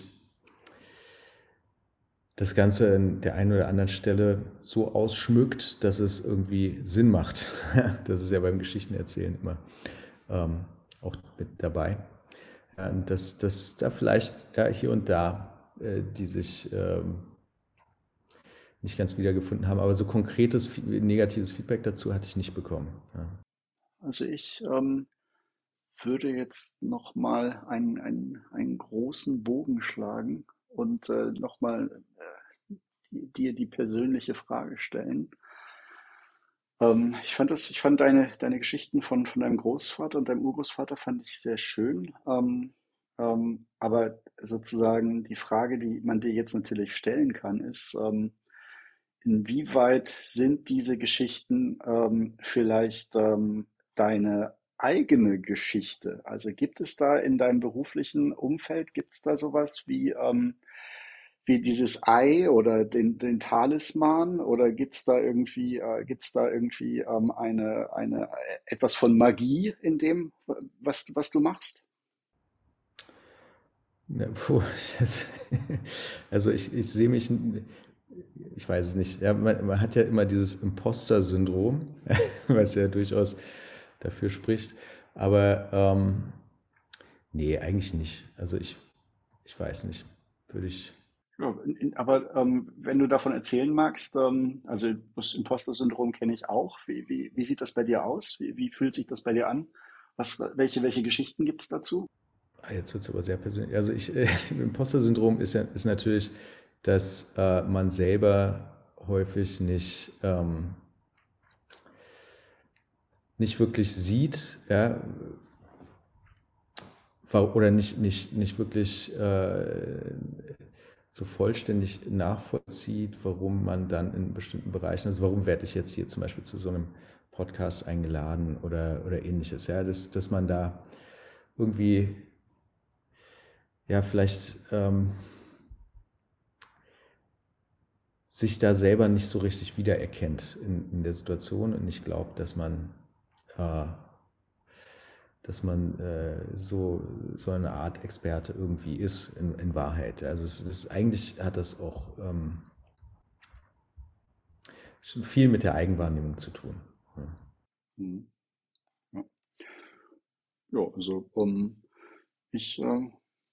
das Ganze an der einen oder anderen Stelle so ausschmückt, dass es irgendwie Sinn macht. Das ist ja beim Geschichtenerzählen immer ähm, auch mit dabei. Ja, und dass, dass da vielleicht ja, hier und da äh, die sich ähm, nicht ganz wiedergefunden haben, aber so konkretes negatives Feedback dazu hatte ich nicht bekommen. Ja. Also ich ähm, würde jetzt nochmal einen, einen, einen großen Bogen schlagen und äh, nochmal äh, dir die persönliche Frage stellen. Ähm, ich fand das, ich fand deine, deine Geschichten von, von deinem Großvater und deinem Urgroßvater fand ich sehr schön. Ähm, ähm, aber sozusagen die Frage, die man dir jetzt natürlich stellen kann, ist, ähm, inwieweit sind diese Geschichten ähm, vielleicht ähm, deine eigene Geschichte? Also gibt es da in deinem beruflichen Umfeld, gibt es da sowas wie, ähm, wie dieses Ei oder den, den Talisman oder gibt es da irgendwie, äh, gibt's da irgendwie ähm, eine, eine, äh, etwas von Magie in dem, was, was du machst? Ja, puh, das, also ich, ich sehe mich, ich weiß es nicht, ja, man, man hat ja immer dieses Imposter-Syndrom, was ja durchaus dafür spricht, aber ähm, nee, eigentlich nicht. Also ich, ich weiß nicht, würde ich, Ja, in, in, aber ähm, wenn du davon erzählen magst, ähm, also das Imposter-Syndrom kenne ich auch. Wie, wie, wie sieht das bei dir aus? Wie, wie fühlt sich das bei dir an? Was, welche, welche Geschichten gibt es dazu? ah, jetzt wird es aber sehr persönlich. Also ich, äh, Imposter-Syndrom ist ja, ist natürlich, dass äh, man selber häufig nicht, ähm, nicht wirklich sieht, ja, oder nicht, nicht, nicht wirklich äh, so vollständig nachvollzieht, warum man dann in bestimmten Bereichen, also warum werde ich jetzt hier zum Beispiel zu so einem Podcast eingeladen oder, oder ähnliches, ja, dass, dass man da irgendwie, ja, vielleicht ähm, sich da selber nicht so richtig wiedererkennt in, in der Situation und nicht glaubt, dass man äh, dass man äh, so, so eine Art Experte irgendwie ist in, in Wahrheit. Also es ist, eigentlich hat das auch ähm, viel mit der Eigenwahrnehmung zu tun. Ja. Hm, ja. Ja, also ähm, ich, äh,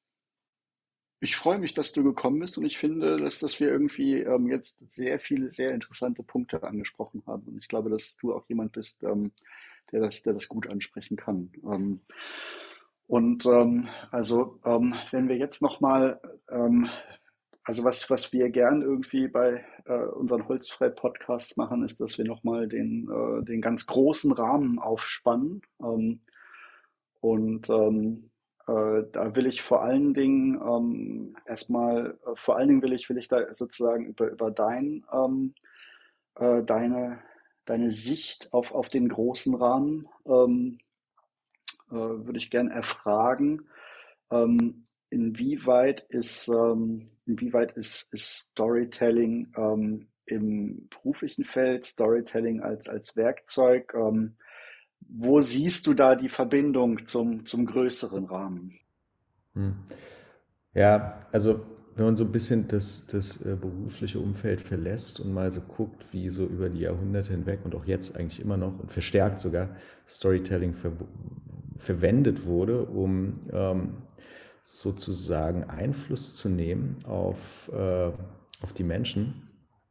ich freue mich, dass du gekommen bist und ich finde, dass, dass wir irgendwie ähm, jetzt sehr viele, sehr interessante Punkte angesprochen haben. Und ich glaube, dass du auch jemand bist, ähm, der das, der das gut ansprechen kann. Ähm, und ähm, also, ähm, wenn wir jetzt nochmal, ähm, also was, was wir gern irgendwie bei äh, unseren Holzfrei-Podcasts machen, ist, dass wir nochmal den, äh, den ganz großen Rahmen aufspannen. Ähm, und ähm, äh, da will ich vor allen Dingen ähm, erstmal, äh, vor allen Dingen will ich, will ich da sozusagen über, über dein, ähm, äh, deine, deine Sicht auf, auf den großen Rahmen ähm, äh, würde ich gern erfragen. Ähm, inwieweit ist, ähm, inwieweit ist, ist Storytelling ähm, im beruflichen Feld, Storytelling als, als Werkzeug, ähm, wo siehst du da die Verbindung zum, zum größeren Rahmen? Hm. Ja, also wenn man so ein bisschen das, das äh, berufliche Umfeld verlässt und mal so guckt, wie so über die Jahrhunderte hinweg und auch jetzt eigentlich immer noch und verstärkt sogar Storytelling ver verwendet wurde, um ähm, sozusagen Einfluss zu nehmen auf, äh, auf die Menschen,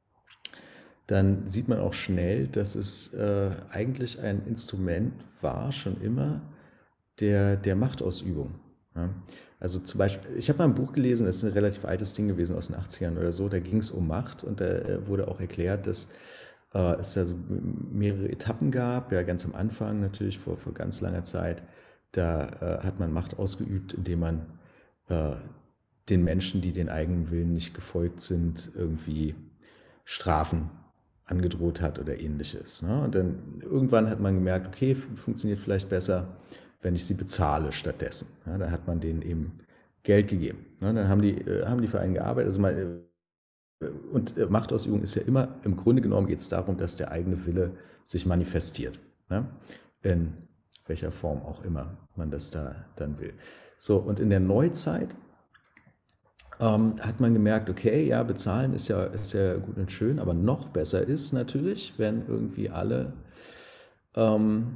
dann sieht man auch schnell, dass es äh, eigentlich ein Instrument war, schon immer, der, der Machtausübung. Ja. Also zum Beispiel, ich habe mal ein Buch gelesen, das ist ein relativ altes Ding gewesen aus den achtzigern oder so, da ging es um Macht und da äh, wurde auch erklärt, dass äh, es da so mehrere Etappen gab, ja ganz am Anfang natürlich vor, vor ganz langer Zeit, da äh, hat man Macht ausgeübt, indem man äh, den Menschen, die den eigenen Willen nicht gefolgt sind, irgendwie Strafen angedroht hat oder ähnliches. Ne? Und dann irgendwann hat man gemerkt, okay, funktioniert vielleicht besser, wenn ich sie bezahle stattdessen. Ja, dann hat man denen eben Geld gegeben. Ja, dann haben die, äh, haben die für einen gearbeitet. Also mal, äh, und äh, Machtausübung ist ja immer, im Grunde genommen geht es darum, dass der eigene Wille sich manifestiert. Ja? In welcher Form auch immer man das da dann will. So, und in der Neuzeit ähm, hat man gemerkt, okay, ja, bezahlen ist ja, ist ja gut und schön, aber noch besser ist natürlich, wenn irgendwie alle ähm,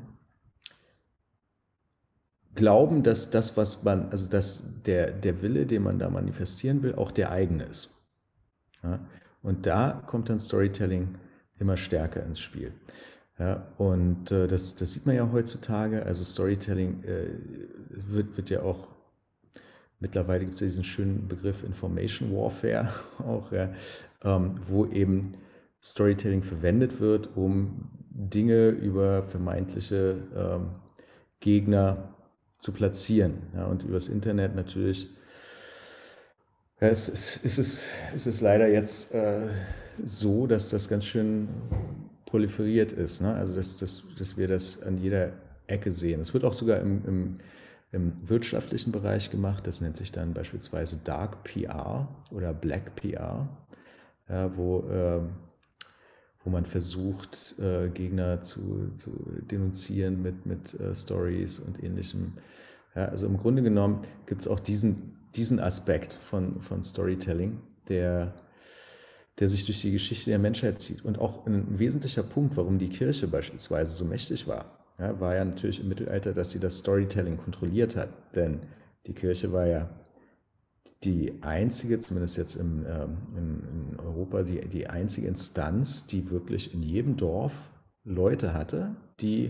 glauben, dass das, was man, also dass der, der Wille, den man da manifestieren will, auch der eigene ist. Ja? Und da kommt dann Storytelling immer stärker ins Spiel. Ja, und äh, das, das sieht man ja heutzutage. Also Storytelling äh, wird, wird ja auch, mittlerweile gibt es ja diesen schönen Begriff Information Warfare auch, ja, ähm, wo eben Storytelling verwendet wird, um Dinge über vermeintliche ähm, Gegner zu platzieren. Ja, und übers Internet natürlich. Ja, es, ist, es, ist, es ist leider jetzt äh, so, dass das ganz schön proliferiert ist. Ne? Also, dass, dass, dass wir das an jeder Ecke sehen. Es wird auch sogar im, im, im wirtschaftlichen Bereich gemacht. Das nennt sich dann beispielsweise Dark P R oder Black P R, ja, wo, äh, wo man versucht, äh, Gegner zu, zu denunzieren mit, mit äh, Stories und Ähnlichem. Ja, also im Grunde genommen gibt es auch diesen, diesen Aspekt von, von Storytelling, der, der sich durch die Geschichte der Menschheit zieht. Und auch ein wesentlicher Punkt, warum die Kirche beispielsweise so mächtig war, ja, war ja natürlich im Mittelalter, dass sie das Storytelling kontrolliert hat. Denn die Kirche war ja die einzige, zumindest jetzt im, ähm, in, in Europa, die, die einzige Instanz, die wirklich in jedem Dorf Leute hatte, die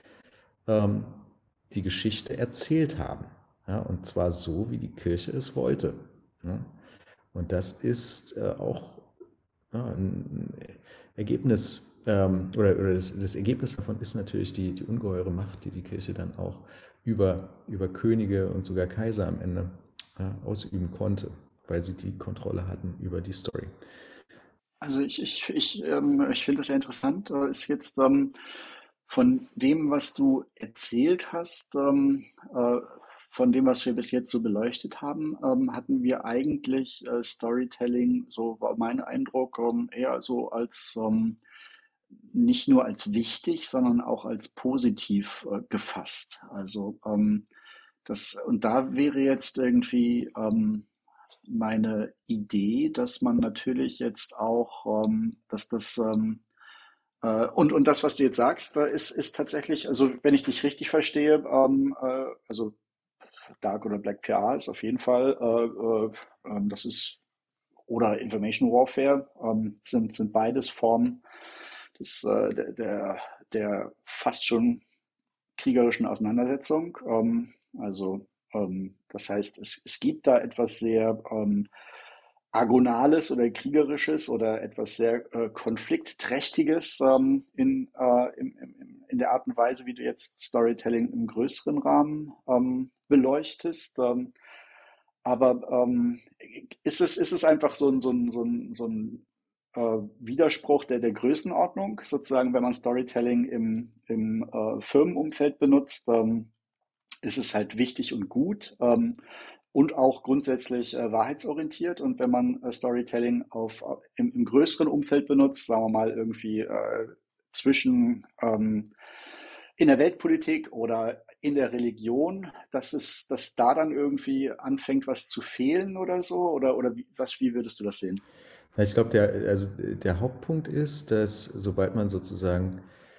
ähm, die Geschichte erzählt haben. Ja, und zwar so, wie die Kirche es wollte. Ja. Und das ist äh, auch ja, ein Ergebnis, ähm, oder, oder das, das Ergebnis davon ist natürlich die, die ungeheure Macht, die die Kirche dann auch über, über Könige und sogar Kaiser am Ende ja, ausüben konnte, weil sie die Kontrolle hatten über die Story. Also ich, ich, ich, ähm, ich finde das sehr interessant. Äh, Ist jetzt ähm, von dem, was du erzählt hast, ähm, äh, von dem, was wir bis jetzt so beleuchtet haben, ähm, hatten wir eigentlich äh, Storytelling, so war mein Eindruck, ähm, eher so als ähm, nicht nur als wichtig, sondern auch als positiv äh, gefasst. Also ähm, das, und da wäre jetzt irgendwie ähm, meine Idee, dass man natürlich jetzt auch, ähm, dass das ähm, äh, und, und das, was du jetzt sagst, da ist, ist tatsächlich, also wenn ich dich richtig verstehe, ähm, äh, also Dark oder Black P R ist auf jeden Fall, äh, äh, ähm, das ist, oder Information Warfare, ähm, sind, sind beides Formen des, äh, der, der, der fast schon kriegerischen Auseinandersetzung. Ähm, also ähm, das heißt, es, es gibt da etwas sehr ähm, Agonales oder Kriegerisches oder etwas sehr äh, Konfliktträchtiges ähm, in, äh, im, im, in der Art und Weise, wie du jetzt Storytelling im größeren Rahmen ähm, beleuchtest. Ähm, aber ähm, ist es, ist es einfach so ein, so ein, so ein, so ein äh, Widerspruch der, der Größenordnung, sozusagen, wenn man Storytelling im, im äh, Firmenumfeld benutzt, ähm, ist es halt wichtig und gut ähm, und auch grundsätzlich äh, wahrheitsorientiert. Und wenn man äh, Storytelling auf, im, im größeren Umfeld benutzt, sagen wir mal irgendwie äh, zwischen ähm, in der Weltpolitik oder in der Religion, dass es, dass da dann irgendwie anfängt, was zu fehlen oder so? Oder, oder wie, was, wie würdest du das sehen? Ja, ich glaube, der, also der Hauptpunkt ist, dass sobald man sozusagen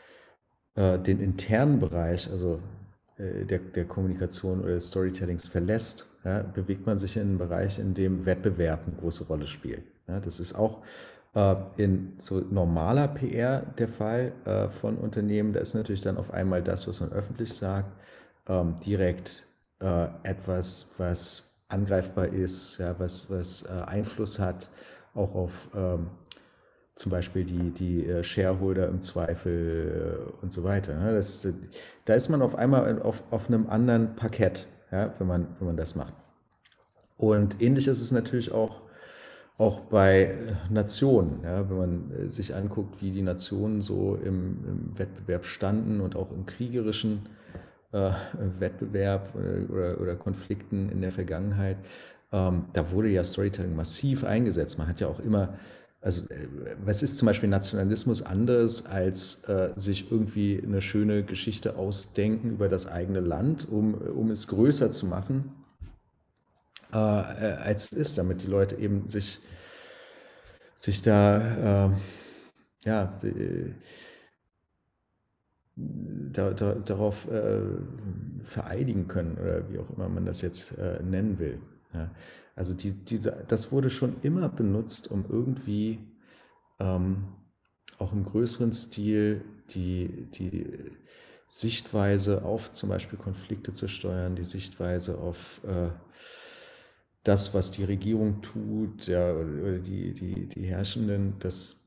äh, den internen Bereich, also äh, der, der Kommunikation oder des Storytellings verlässt, ja, bewegt man sich in einen Bereich, in dem Wettbewerb eine große Rolle spielt. Ja, das ist auch äh, in so normaler P R der Fall äh, von Unternehmen. Da ist natürlich dann auf einmal das, was man öffentlich sagt, ähm, direkt äh, etwas, was angreifbar ist, ja, was, was äh, Einfluss hat, auch auf ähm, zum Beispiel die, die äh, Shareholder im Zweifel äh, und so weiter. Ne? Das, da ist man auf einmal auf, auf einem anderen Parkett, ja, wenn man, wenn man das macht. Und ähnlich ist es natürlich auch, auch bei Nationen. Ja, wenn man äh, sich anguckt, wie die Nationen so im, im Wettbewerb standen und auch im kriegerischen äh, Wettbewerb oder, oder, oder Konflikten in der Vergangenheit, ähm, da wurde ja Storytelling massiv eingesetzt. Man hat ja auch immer, also äh, was ist zum Beispiel Nationalismus anderes, als äh, sich irgendwie eine schöne Geschichte ausdenken über das eigene Land, um, um es größer zu machen, äh, äh, als es ist, damit die Leute eben sich, sich da, äh, ja, sie, da, da, darauf äh, vereidigen können oder wie auch immer man das jetzt äh, nennen will. Ja. Also die, diese, das wurde schon immer benutzt, um irgendwie ähm, auch im größeren Stil die, die Sichtweise auf zum Beispiel Konflikte zu steuern, die Sichtweise auf äh, das, was die Regierung tut, ja, oder die, die, die Herrschenden, das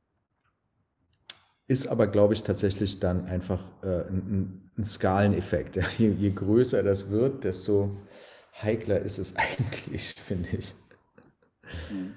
ist aber, glaube ich, tatsächlich dann einfach äh, ein, ein Skaleneffekt. Ja. Je, je größer das wird, desto heikler ist es eigentlich, finde ich. Mhm.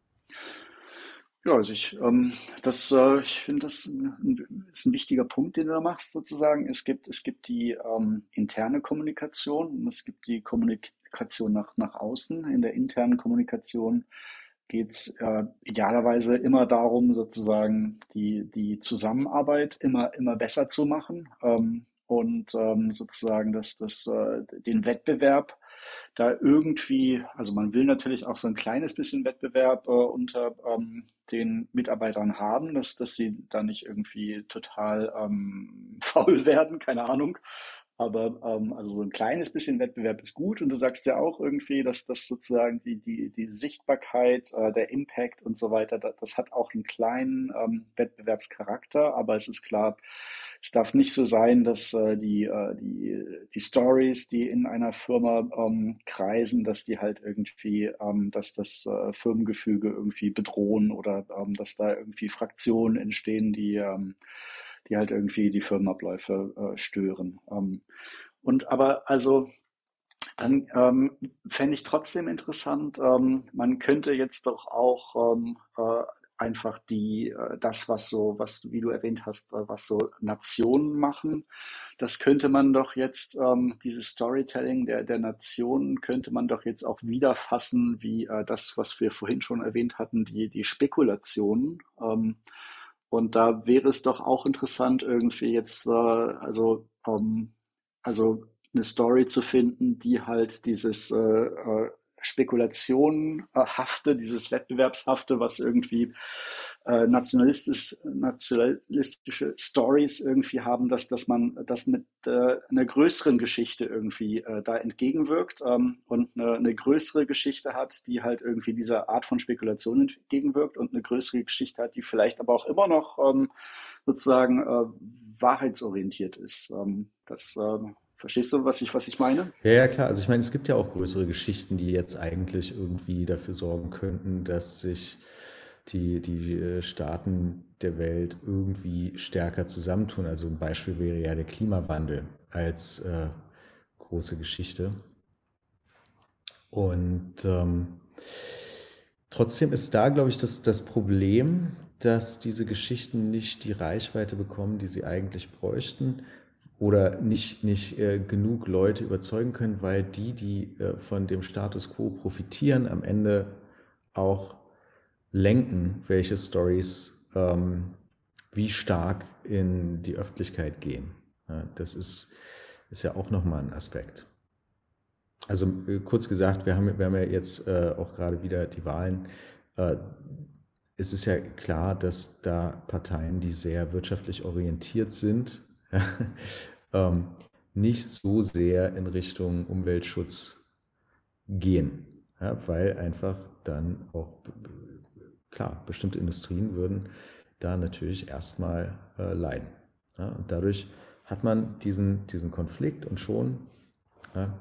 Ja, also ich, ähm, das, äh, ich finde, das ein, ist ein wichtiger Punkt, den du da machst, sozusagen. Es gibt, es gibt die ähm, interne Kommunikation und es gibt die Kommunikation nach, nach außen. In der internen Kommunikation geht es äh, idealerweise immer darum, sozusagen die, die Zusammenarbeit immer, immer besser zu machen ähm, und ähm, sozusagen das, das, äh, den Wettbewerb da irgendwie, also man will natürlich auch so ein kleines bisschen Wettbewerb äh, unter ähm, den Mitarbeitern haben, dass, dass sie da nicht irgendwie total ähm, faul werden, keine Ahnung. Aber ähm, also so ein kleines bisschen Wettbewerb ist gut und du sagst ja auch irgendwie, dass das sozusagen die, die, die Sichtbarkeit, äh, der Impact und so weiter, das, das hat auch einen kleinen ähm, Wettbewerbscharakter, aber es ist klar, es darf nicht so sein, dass äh, die, äh, die, die Stories, die in einer Firma ähm, kreisen, dass die halt irgendwie, ähm, dass das äh, Firmengefüge irgendwie bedrohen oder ähm, dass da irgendwie Fraktionen entstehen, die ähm, die halt irgendwie die Firmenabläufe äh, stören. Ähm, und aber also dann ähm, fände ich trotzdem interessant, ähm, man könnte jetzt doch auch ähm, äh, einfach die, äh, das, was so, was, wie du erwähnt hast, äh, was so Nationen machen, das könnte man doch jetzt, ähm, dieses Storytelling der, der Nationen könnte man doch jetzt auch wieder fassen, wie äh, das, was wir vorhin schon erwähnt hatten, die, die Spekulationen. Ähm, und da wäre es doch auch interessant, irgendwie jetzt, äh, also, ähm, also eine Story zu finden, die halt dieses äh, äh, Spekulationhafte, dieses Wettbewerbshafte, was irgendwie äh, nationalistisch, nationalistische Stories irgendwie haben, dass, dass man das mit äh, einer größeren Geschichte irgendwie äh, da entgegenwirkt ähm, und eine, eine größere Geschichte hat, die halt irgendwie dieser Art von Spekulation entgegenwirkt und eine größere Geschichte hat, die vielleicht aber auch immer noch ähm, sozusagen äh, wahrheitsorientiert ist. Ähm, das ähm, Verstehst du, was ich, was ich meine? Ja, ja, klar. Also ich meine, es gibt ja auch größere Geschichten, die jetzt eigentlich irgendwie dafür sorgen könnten, dass sich die, die äh, Staaten der Welt irgendwie stärker zusammentun. Also ein Beispiel wäre ja der Klimawandel als äh, große Geschichte. Und ähm, trotzdem ist da, glaube ich, das, das Problem, dass diese Geschichten nicht die Reichweite bekommen, die sie eigentlich bräuchten oder nicht, nicht äh, genug Leute überzeugen können, weil die, die äh, von dem Status quo profitieren, am Ende auch lenken, welche Stories ähm, wie stark in die Öffentlichkeit gehen. Ja, das ist, ist ja auch nochmal ein Aspekt. Also äh, kurz gesagt, wir haben, wir haben ja jetzt äh, auch gerade wieder die Wahlen. Äh, es ist ja klar, dass da Parteien, die sehr wirtschaftlich orientiert sind, ähm, nicht so sehr in Richtung Umweltschutz gehen, ja, weil einfach dann auch, klar, bestimmte Industrien würden da natürlich erstmal äh, leiden. Ja, und dadurch hat man diesen, diesen Konflikt und schon ja,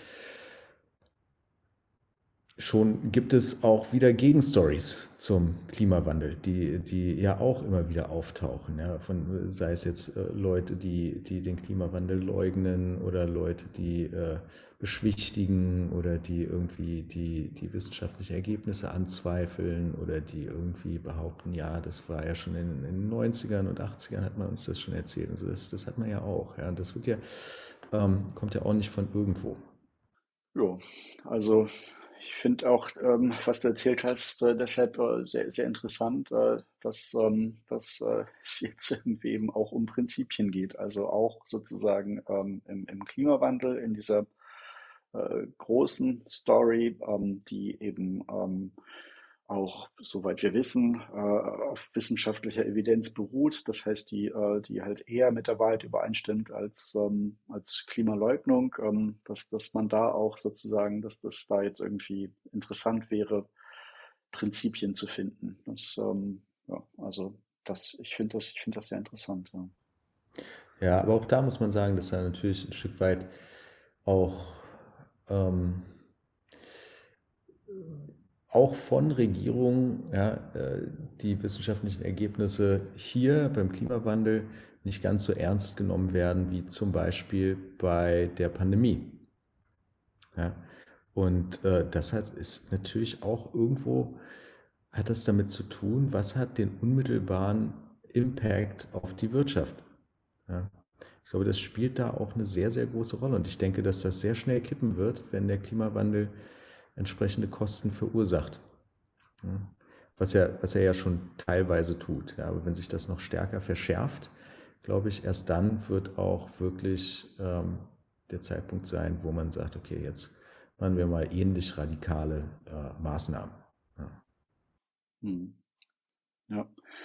Schon gibt es auch wieder Gegenstories zum Klimawandel, die, die ja auch immer wieder auftauchen. Ja, von, sei es jetzt äh, Leute, die, die den Klimawandel leugnen oder Leute, die äh, beschwichtigen oder die irgendwie die, die wissenschaftlichen Ergebnisse anzweifeln oder die irgendwie behaupten, ja, das war ja schon in, in den neunzigern und achtzigern hat man uns das schon erzählt. Und so, das, das hat man ja auch. Ja. Und das wird ja ähm, kommt ja auch nicht von irgendwo. Ja, also ich finde auch, ähm, was du erzählt hast, äh, deshalb äh, sehr, sehr interessant, äh, dass, ähm, dass äh, es jetzt irgendwie eben auch um Prinzipien geht. Also auch sozusagen ähm, im, im Klimawandel, in dieser äh, großen Story, ähm, die eben ähm, auch, soweit wir wissen, äh, auf wissenschaftlicher Evidenz beruht. Das heißt, die, äh, die halt eher mit der Wahrheit übereinstimmt als, ähm, als Klimaleugnung, ähm, dass, dass man da auch sozusagen, dass das da jetzt irgendwie interessant wäre, Prinzipien zu finden. Das, ähm, ja, also das, ich finde das, ich finde das sehr interessant. Ja. Ja, aber auch da muss man sagen, dass da natürlich ein Stück weit auch, ähm, auch von Regierungen, ja, äh, die wissenschaftlichen Ergebnisse hier beim Klimawandel nicht ganz so ernst genommen werden wie zum Beispiel bei der Pandemie. Ja. Und äh, das hat, ist natürlich auch irgendwo, hat das damit zu tun, was hat den unmittelbaren Impact auf die Wirtschaft. Ja. Ich glaube, das spielt da auch eine sehr, sehr große Rolle. Und ich denke, dass das sehr schnell kippen wird, wenn der Klimawandel entsprechende Kosten verursacht. Ja. Was er, was er ja schon teilweise tut. Ja. Aber wenn sich das noch stärker verschärft, glaube ich, erst dann wird auch wirklich ähm, der Zeitpunkt sein, wo man sagt, okay, jetzt machen wir mal ähnlich radikale äh, Maßnahmen. Ja. Hm. Ja.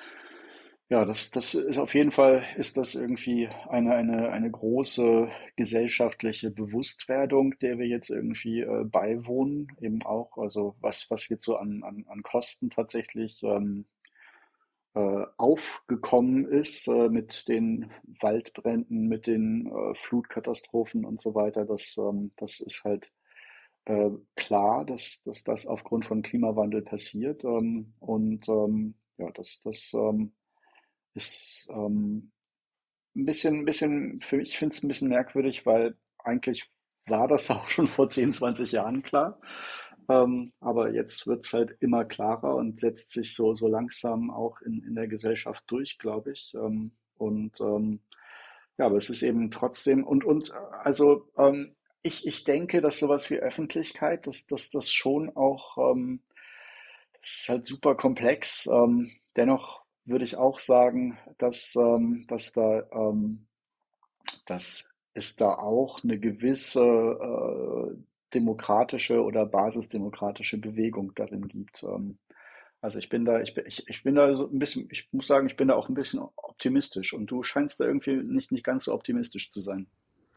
Ja, das, das ist auf jeden Fall, ist das irgendwie eine, eine, eine große gesellschaftliche Bewusstwerdung, der wir jetzt irgendwie äh, beiwohnen, eben auch, also was, was jetzt so an, an, an Kosten tatsächlich ähm, äh, aufgekommen ist äh, mit den Waldbränden, mit den äh, Flutkatastrophen und so weiter. Das, ähm, das ist halt äh, klar, dass, dass das aufgrund von Klimawandel passiert. Ähm, und ähm, ja, das, das ähm, ist ähm, ein bisschen, ein bisschen, für mich finde es ein bisschen merkwürdig, weil eigentlich war das auch schon vor zehn, zwanzig Jahren klar. Ähm, aber jetzt wird es halt immer klarer und setzt sich so, so langsam auch in, in der Gesellschaft durch, glaube ich. Ähm, und ähm, ja, aber es ist eben trotzdem, und, und äh, also ähm, ich, ich denke, dass sowas wie Öffentlichkeit, dass, dass das schon auch, ähm, das ist halt super komplex. Ähm, dennoch würde ich auch sagen, dass, ähm, dass da ähm, dass es da auch eine gewisse äh, demokratische oder basisdemokratische Bewegung darin gibt. Ähm, also ich bin da, ich bin, ich, ich bin da so ein bisschen, ich muss sagen, ich bin da auch ein bisschen optimistisch und du scheinst da irgendwie nicht, nicht ganz so optimistisch zu sein.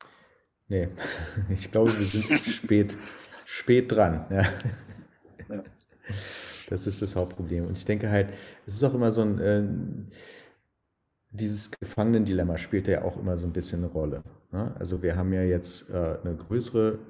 Nee, ich glaube, wir sind spät, spät dran. Ja. Ja. Das ist das Hauptproblem. Und ich denke halt, es ist auch immer so ein, äh, dieses Gefangenendilemma spielt ja auch immer so ein bisschen eine Rolle. Ne? Also wir haben ja jetzt äh, eine größere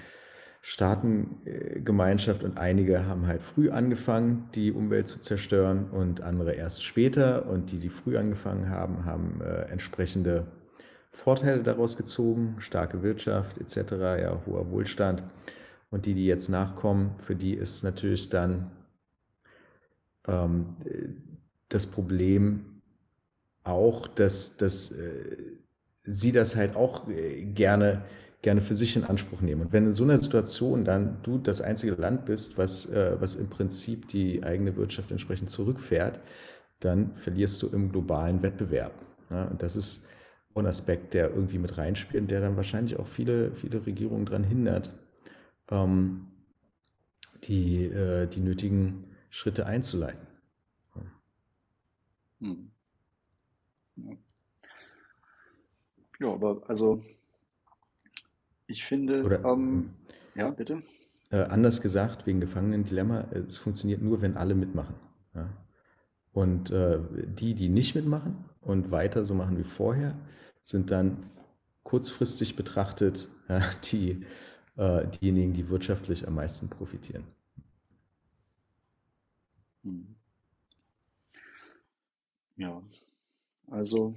Staatengemeinschaft und einige haben halt früh angefangen, die Umwelt zu zerstören und andere erst später. Und die, die früh angefangen haben, haben äh, entsprechende Vorteile daraus gezogen, starke Wirtschaft et cetera, ja, hoher Wohlstand. Und die, die jetzt nachkommen, für die ist natürlich dann ähm, das Problem auch, dass, dass äh, sie das halt auch äh, gerne, gerne für sich in Anspruch nehmen. Und wenn in so einer Situation dann du das einzige Land bist, was, äh, was im Prinzip die eigene Wirtschaft entsprechend zurückfährt, dann verlierst du im globalen Wettbewerb. Ja, und das ist ein Aspekt, der irgendwie mit reinspielt und der dann wahrscheinlich auch viele, viele Regierungen daran hindert, ähm, die, äh, die nötigen Schritte einzuleiten. Hm. Ja. Ja, aber also ich finde, Oder ähm, ja, bitte. äh, anders gesagt, wegen Gefangenendilemma, es funktioniert nur, wenn alle mitmachen. Ja? Und äh, die, die nicht mitmachen und weiter so machen wie vorher, sind dann kurzfristig betrachtet ja, die, äh, diejenigen, die wirtschaftlich am meisten profitieren. Hm. Ja, also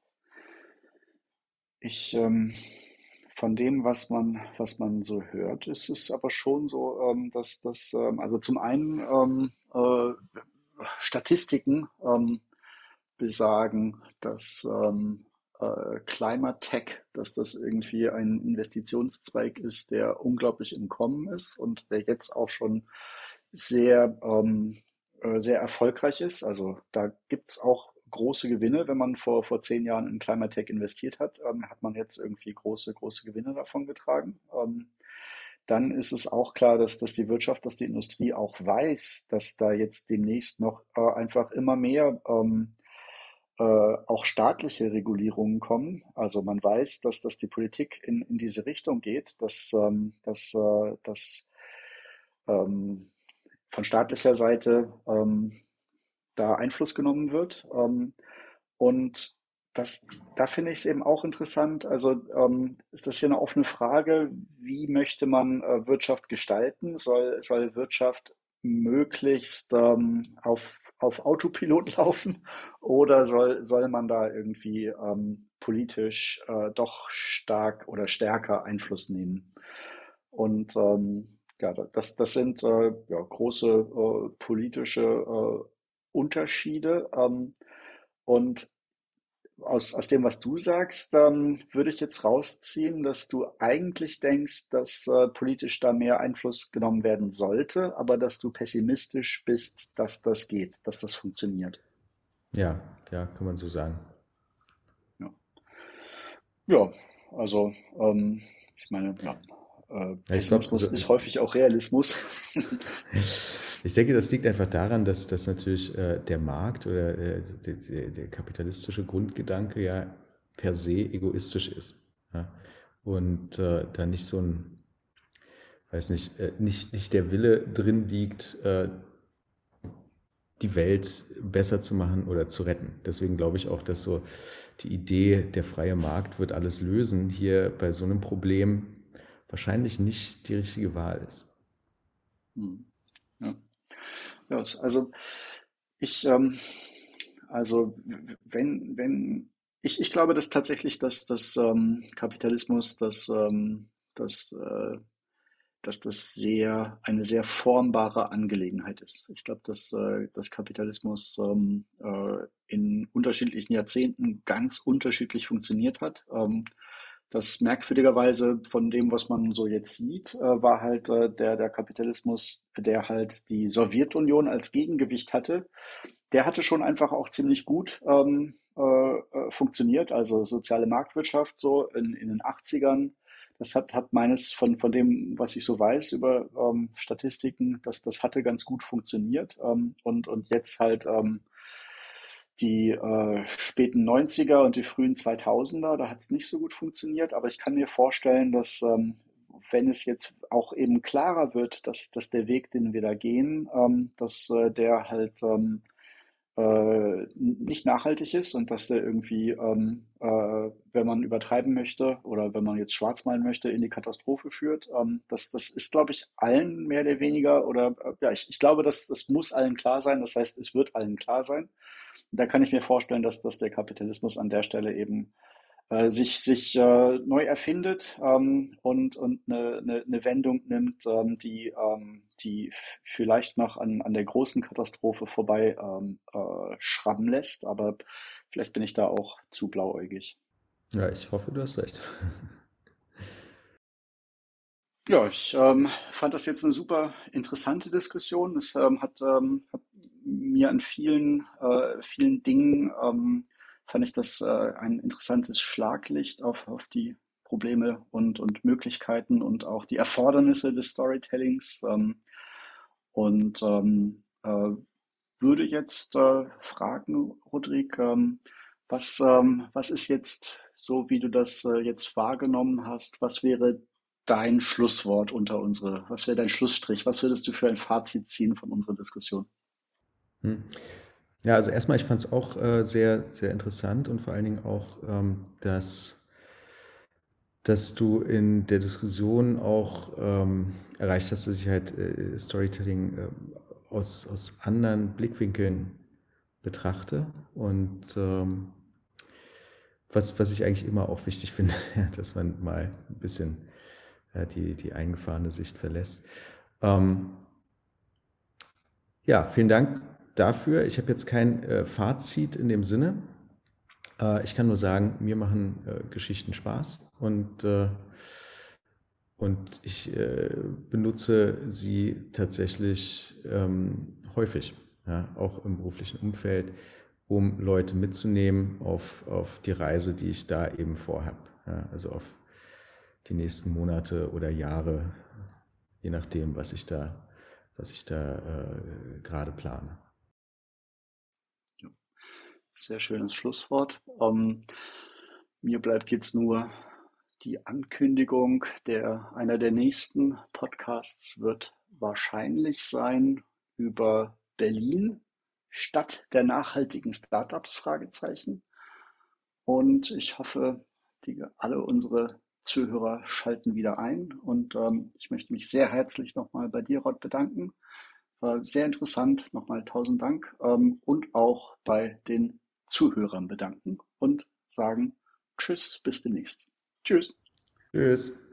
ich, ähm, von dem, was man, was man so hört, ist es aber schon so, ähm, dass das, ähm, also zum einen ähm, äh, Statistiken ähm, besagen, dass ähm, äh, Climate Tech, dass das irgendwie ein Investitionszweig ist, der unglaublich im Kommen ist und der jetzt auch schon sehr, ähm, äh, sehr erfolgreich ist. Also da gibt's auch große Gewinne. Wenn man vor, vor zehn Jahren in Climate Tech investiert hat, ähm, hat man jetzt irgendwie große, große Gewinne davon getragen. Ähm, dann ist es auch klar, dass, dass die Wirtschaft, dass die Industrie auch weiß, dass da jetzt demnächst noch äh, einfach immer mehr ähm, äh, auch staatliche Regulierungen kommen. Also man weiß, dass, dass die Politik in, in diese Richtung geht, dass, ähm, dass, äh, dass ähm, von staatlicher Seite ähm, da Einfluss genommen wird. Ähm, und das, da finde ich es eben auch interessant. Also ähm, ist das hier eine offene Frage, wie möchte man äh, Wirtschaft gestalten? Soll, soll Wirtschaft möglichst ähm, auf, auf Autopilot laufen oder soll, soll man da irgendwie ähm, politisch äh, doch stark oder stärker Einfluss nehmen? Und ähm, ja, das, das sind äh, ja, große äh, politische äh, Unterschiede. Ähm, und aus, aus dem, was du sagst, ähm, würde ich jetzt rausziehen, dass du eigentlich denkst, dass äh, politisch da mehr Einfluss genommen werden sollte, aber dass du pessimistisch bist, dass das geht, dass das funktioniert. Ja, ja, kann man so sagen. Ja, ja also ähm, ich meine, ja, äh, Ja, ich glaube, Pessimismus so, ist häufig auch Realismus. ich denke, das liegt einfach daran, dass, dass natürlich äh, der Markt oder äh, der, der, der kapitalistische Grundgedanke ja per se egoistisch ist. Ja? Und äh, da nicht so ein, weiß nicht, äh, nicht, nicht der Wille drin liegt, äh, die Welt besser zu machen oder zu retten. Deswegen glaube ich auch, dass so die Idee, der freie Markt wird alles lösen, hier bei so einem Problem wahrscheinlich nicht die richtige Wahl ist. Hm. Ja. Ja, es- also ich, ähm, also wenn, wenn, ich, ich glaube, dass tatsächlich, dass das ähm, Kapitalismus, dass, ähm, dass, äh, dass das sehr, eine sehr formbare Angelegenheit ist. Ich glaube, dass, äh, dass Kapitalismus ähm, äh, in unterschiedlichen Jahrzehnten ganz unterschiedlich funktioniert hat. Ähm, das merkwürdigerweise von dem, was man so jetzt sieht, äh, war halt äh, der, der Kapitalismus, der halt die Sowjetunion als Gegengewicht hatte. Der hatte schon einfach auch ziemlich gut ähm, äh, äh, funktioniert, also soziale Marktwirtschaft so in, in den achtzigern. Das hat, hat meines von, von dem, was ich so weiß über ähm, Statistiken, das, das hatte ganz gut funktioniert. Ähm, und, und jetzt halt ähm, die äh, späten neunziger und die frühen zweitausender, da hat es nicht so gut funktioniert, aber ich kann mir vorstellen, dass ähm, wenn es jetzt auch eben klarer wird, dass, dass der Weg, den wir da gehen, ähm, dass äh, der halt ähm, äh, nicht nachhaltig ist und dass der irgendwie, ähm, äh, wenn man übertreiben möchte oder wenn man jetzt schwarz malen möchte, in die Katastrophe führt. Ähm, das, das ist, glaube ich, allen mehr oder weniger oder äh, ja, ich, ich glaube, das, das muss allen klar sein. Das heißt, es wird allen klar sein. Da kann ich mir vorstellen, dass, dass der Kapitalismus an der Stelle eben äh, sich, sich äh, neu erfindet ähm, und, und eine, eine, eine Wendung nimmt, ähm, die, ähm, die f- vielleicht noch an, an der großen Katastrophe vorbei ähm, äh, schrammen lässt. Aber vielleicht bin ich da auch zu blauäugig. Ja, ich hoffe, du hast recht. Ja, ich ähm, fand das jetzt eine super interessante Diskussion. Es ähm, hat, ähm, hat mir an vielen, äh, vielen Dingen ähm, fand ich das äh, ein interessantes Schlaglicht auf, auf die Probleme und, und Möglichkeiten und auch die Erfordernisse des Storytellings. Ähm, und ähm, äh, würde jetzt äh, fragen, Rodrik, ähm, was, ähm, was ist jetzt so, wie du das äh, jetzt wahrgenommen hast, was wäre dein Schlusswort unter unsere, was wäre dein Schlussstrich? Was würdest du für ein Fazit ziehen von unserer Diskussion? Hm. Ja, also erstmal, ich fand es auch äh, sehr, sehr interessant und vor allen Dingen auch, ähm, dass, dass du in der Diskussion auch ähm, erreicht hast, dass ich halt äh, Storytelling äh, aus, aus anderen Blickwinkeln betrachte und ähm, was, was ich eigentlich immer auch wichtig finde, ja, dass man mal ein bisschen äh, die, die eingefahrene Sicht verlässt. Ähm, ja, vielen Dank dafür. Ich habe jetzt kein äh, Fazit in dem Sinne. Äh, ich kann nur sagen, mir machen äh, Geschichten Spaß und, äh, und ich äh, benutze sie tatsächlich ähm, häufig, ja, auch im beruflichen Umfeld, um Leute mitzunehmen auf, auf die Reise, die ich da eben vorhab. Ja, also auf die nächsten Monate oder Jahre, je nachdem, was ich da, was ich da äh, gerade plane. Ja, sehr schönes Schlusswort. Ähm, mir bleibt jetzt nur die Ankündigung, der einer der nächsten Podcasts wird wahrscheinlich sein über Berlin, Stadt der nachhaltigen Startups, Fragezeichen. Und ich hoffe, die, alle unsere Zuhörer schalten wieder ein. Und ähm, ich möchte mich sehr herzlich nochmal bei dir, Rod, bedanken. War sehr interessant. Nochmal tausend Dank. Ähm, und auch bei den Zuhörern bedanken und sagen Tschüss, bis demnächst. Tschüss. Tschüss.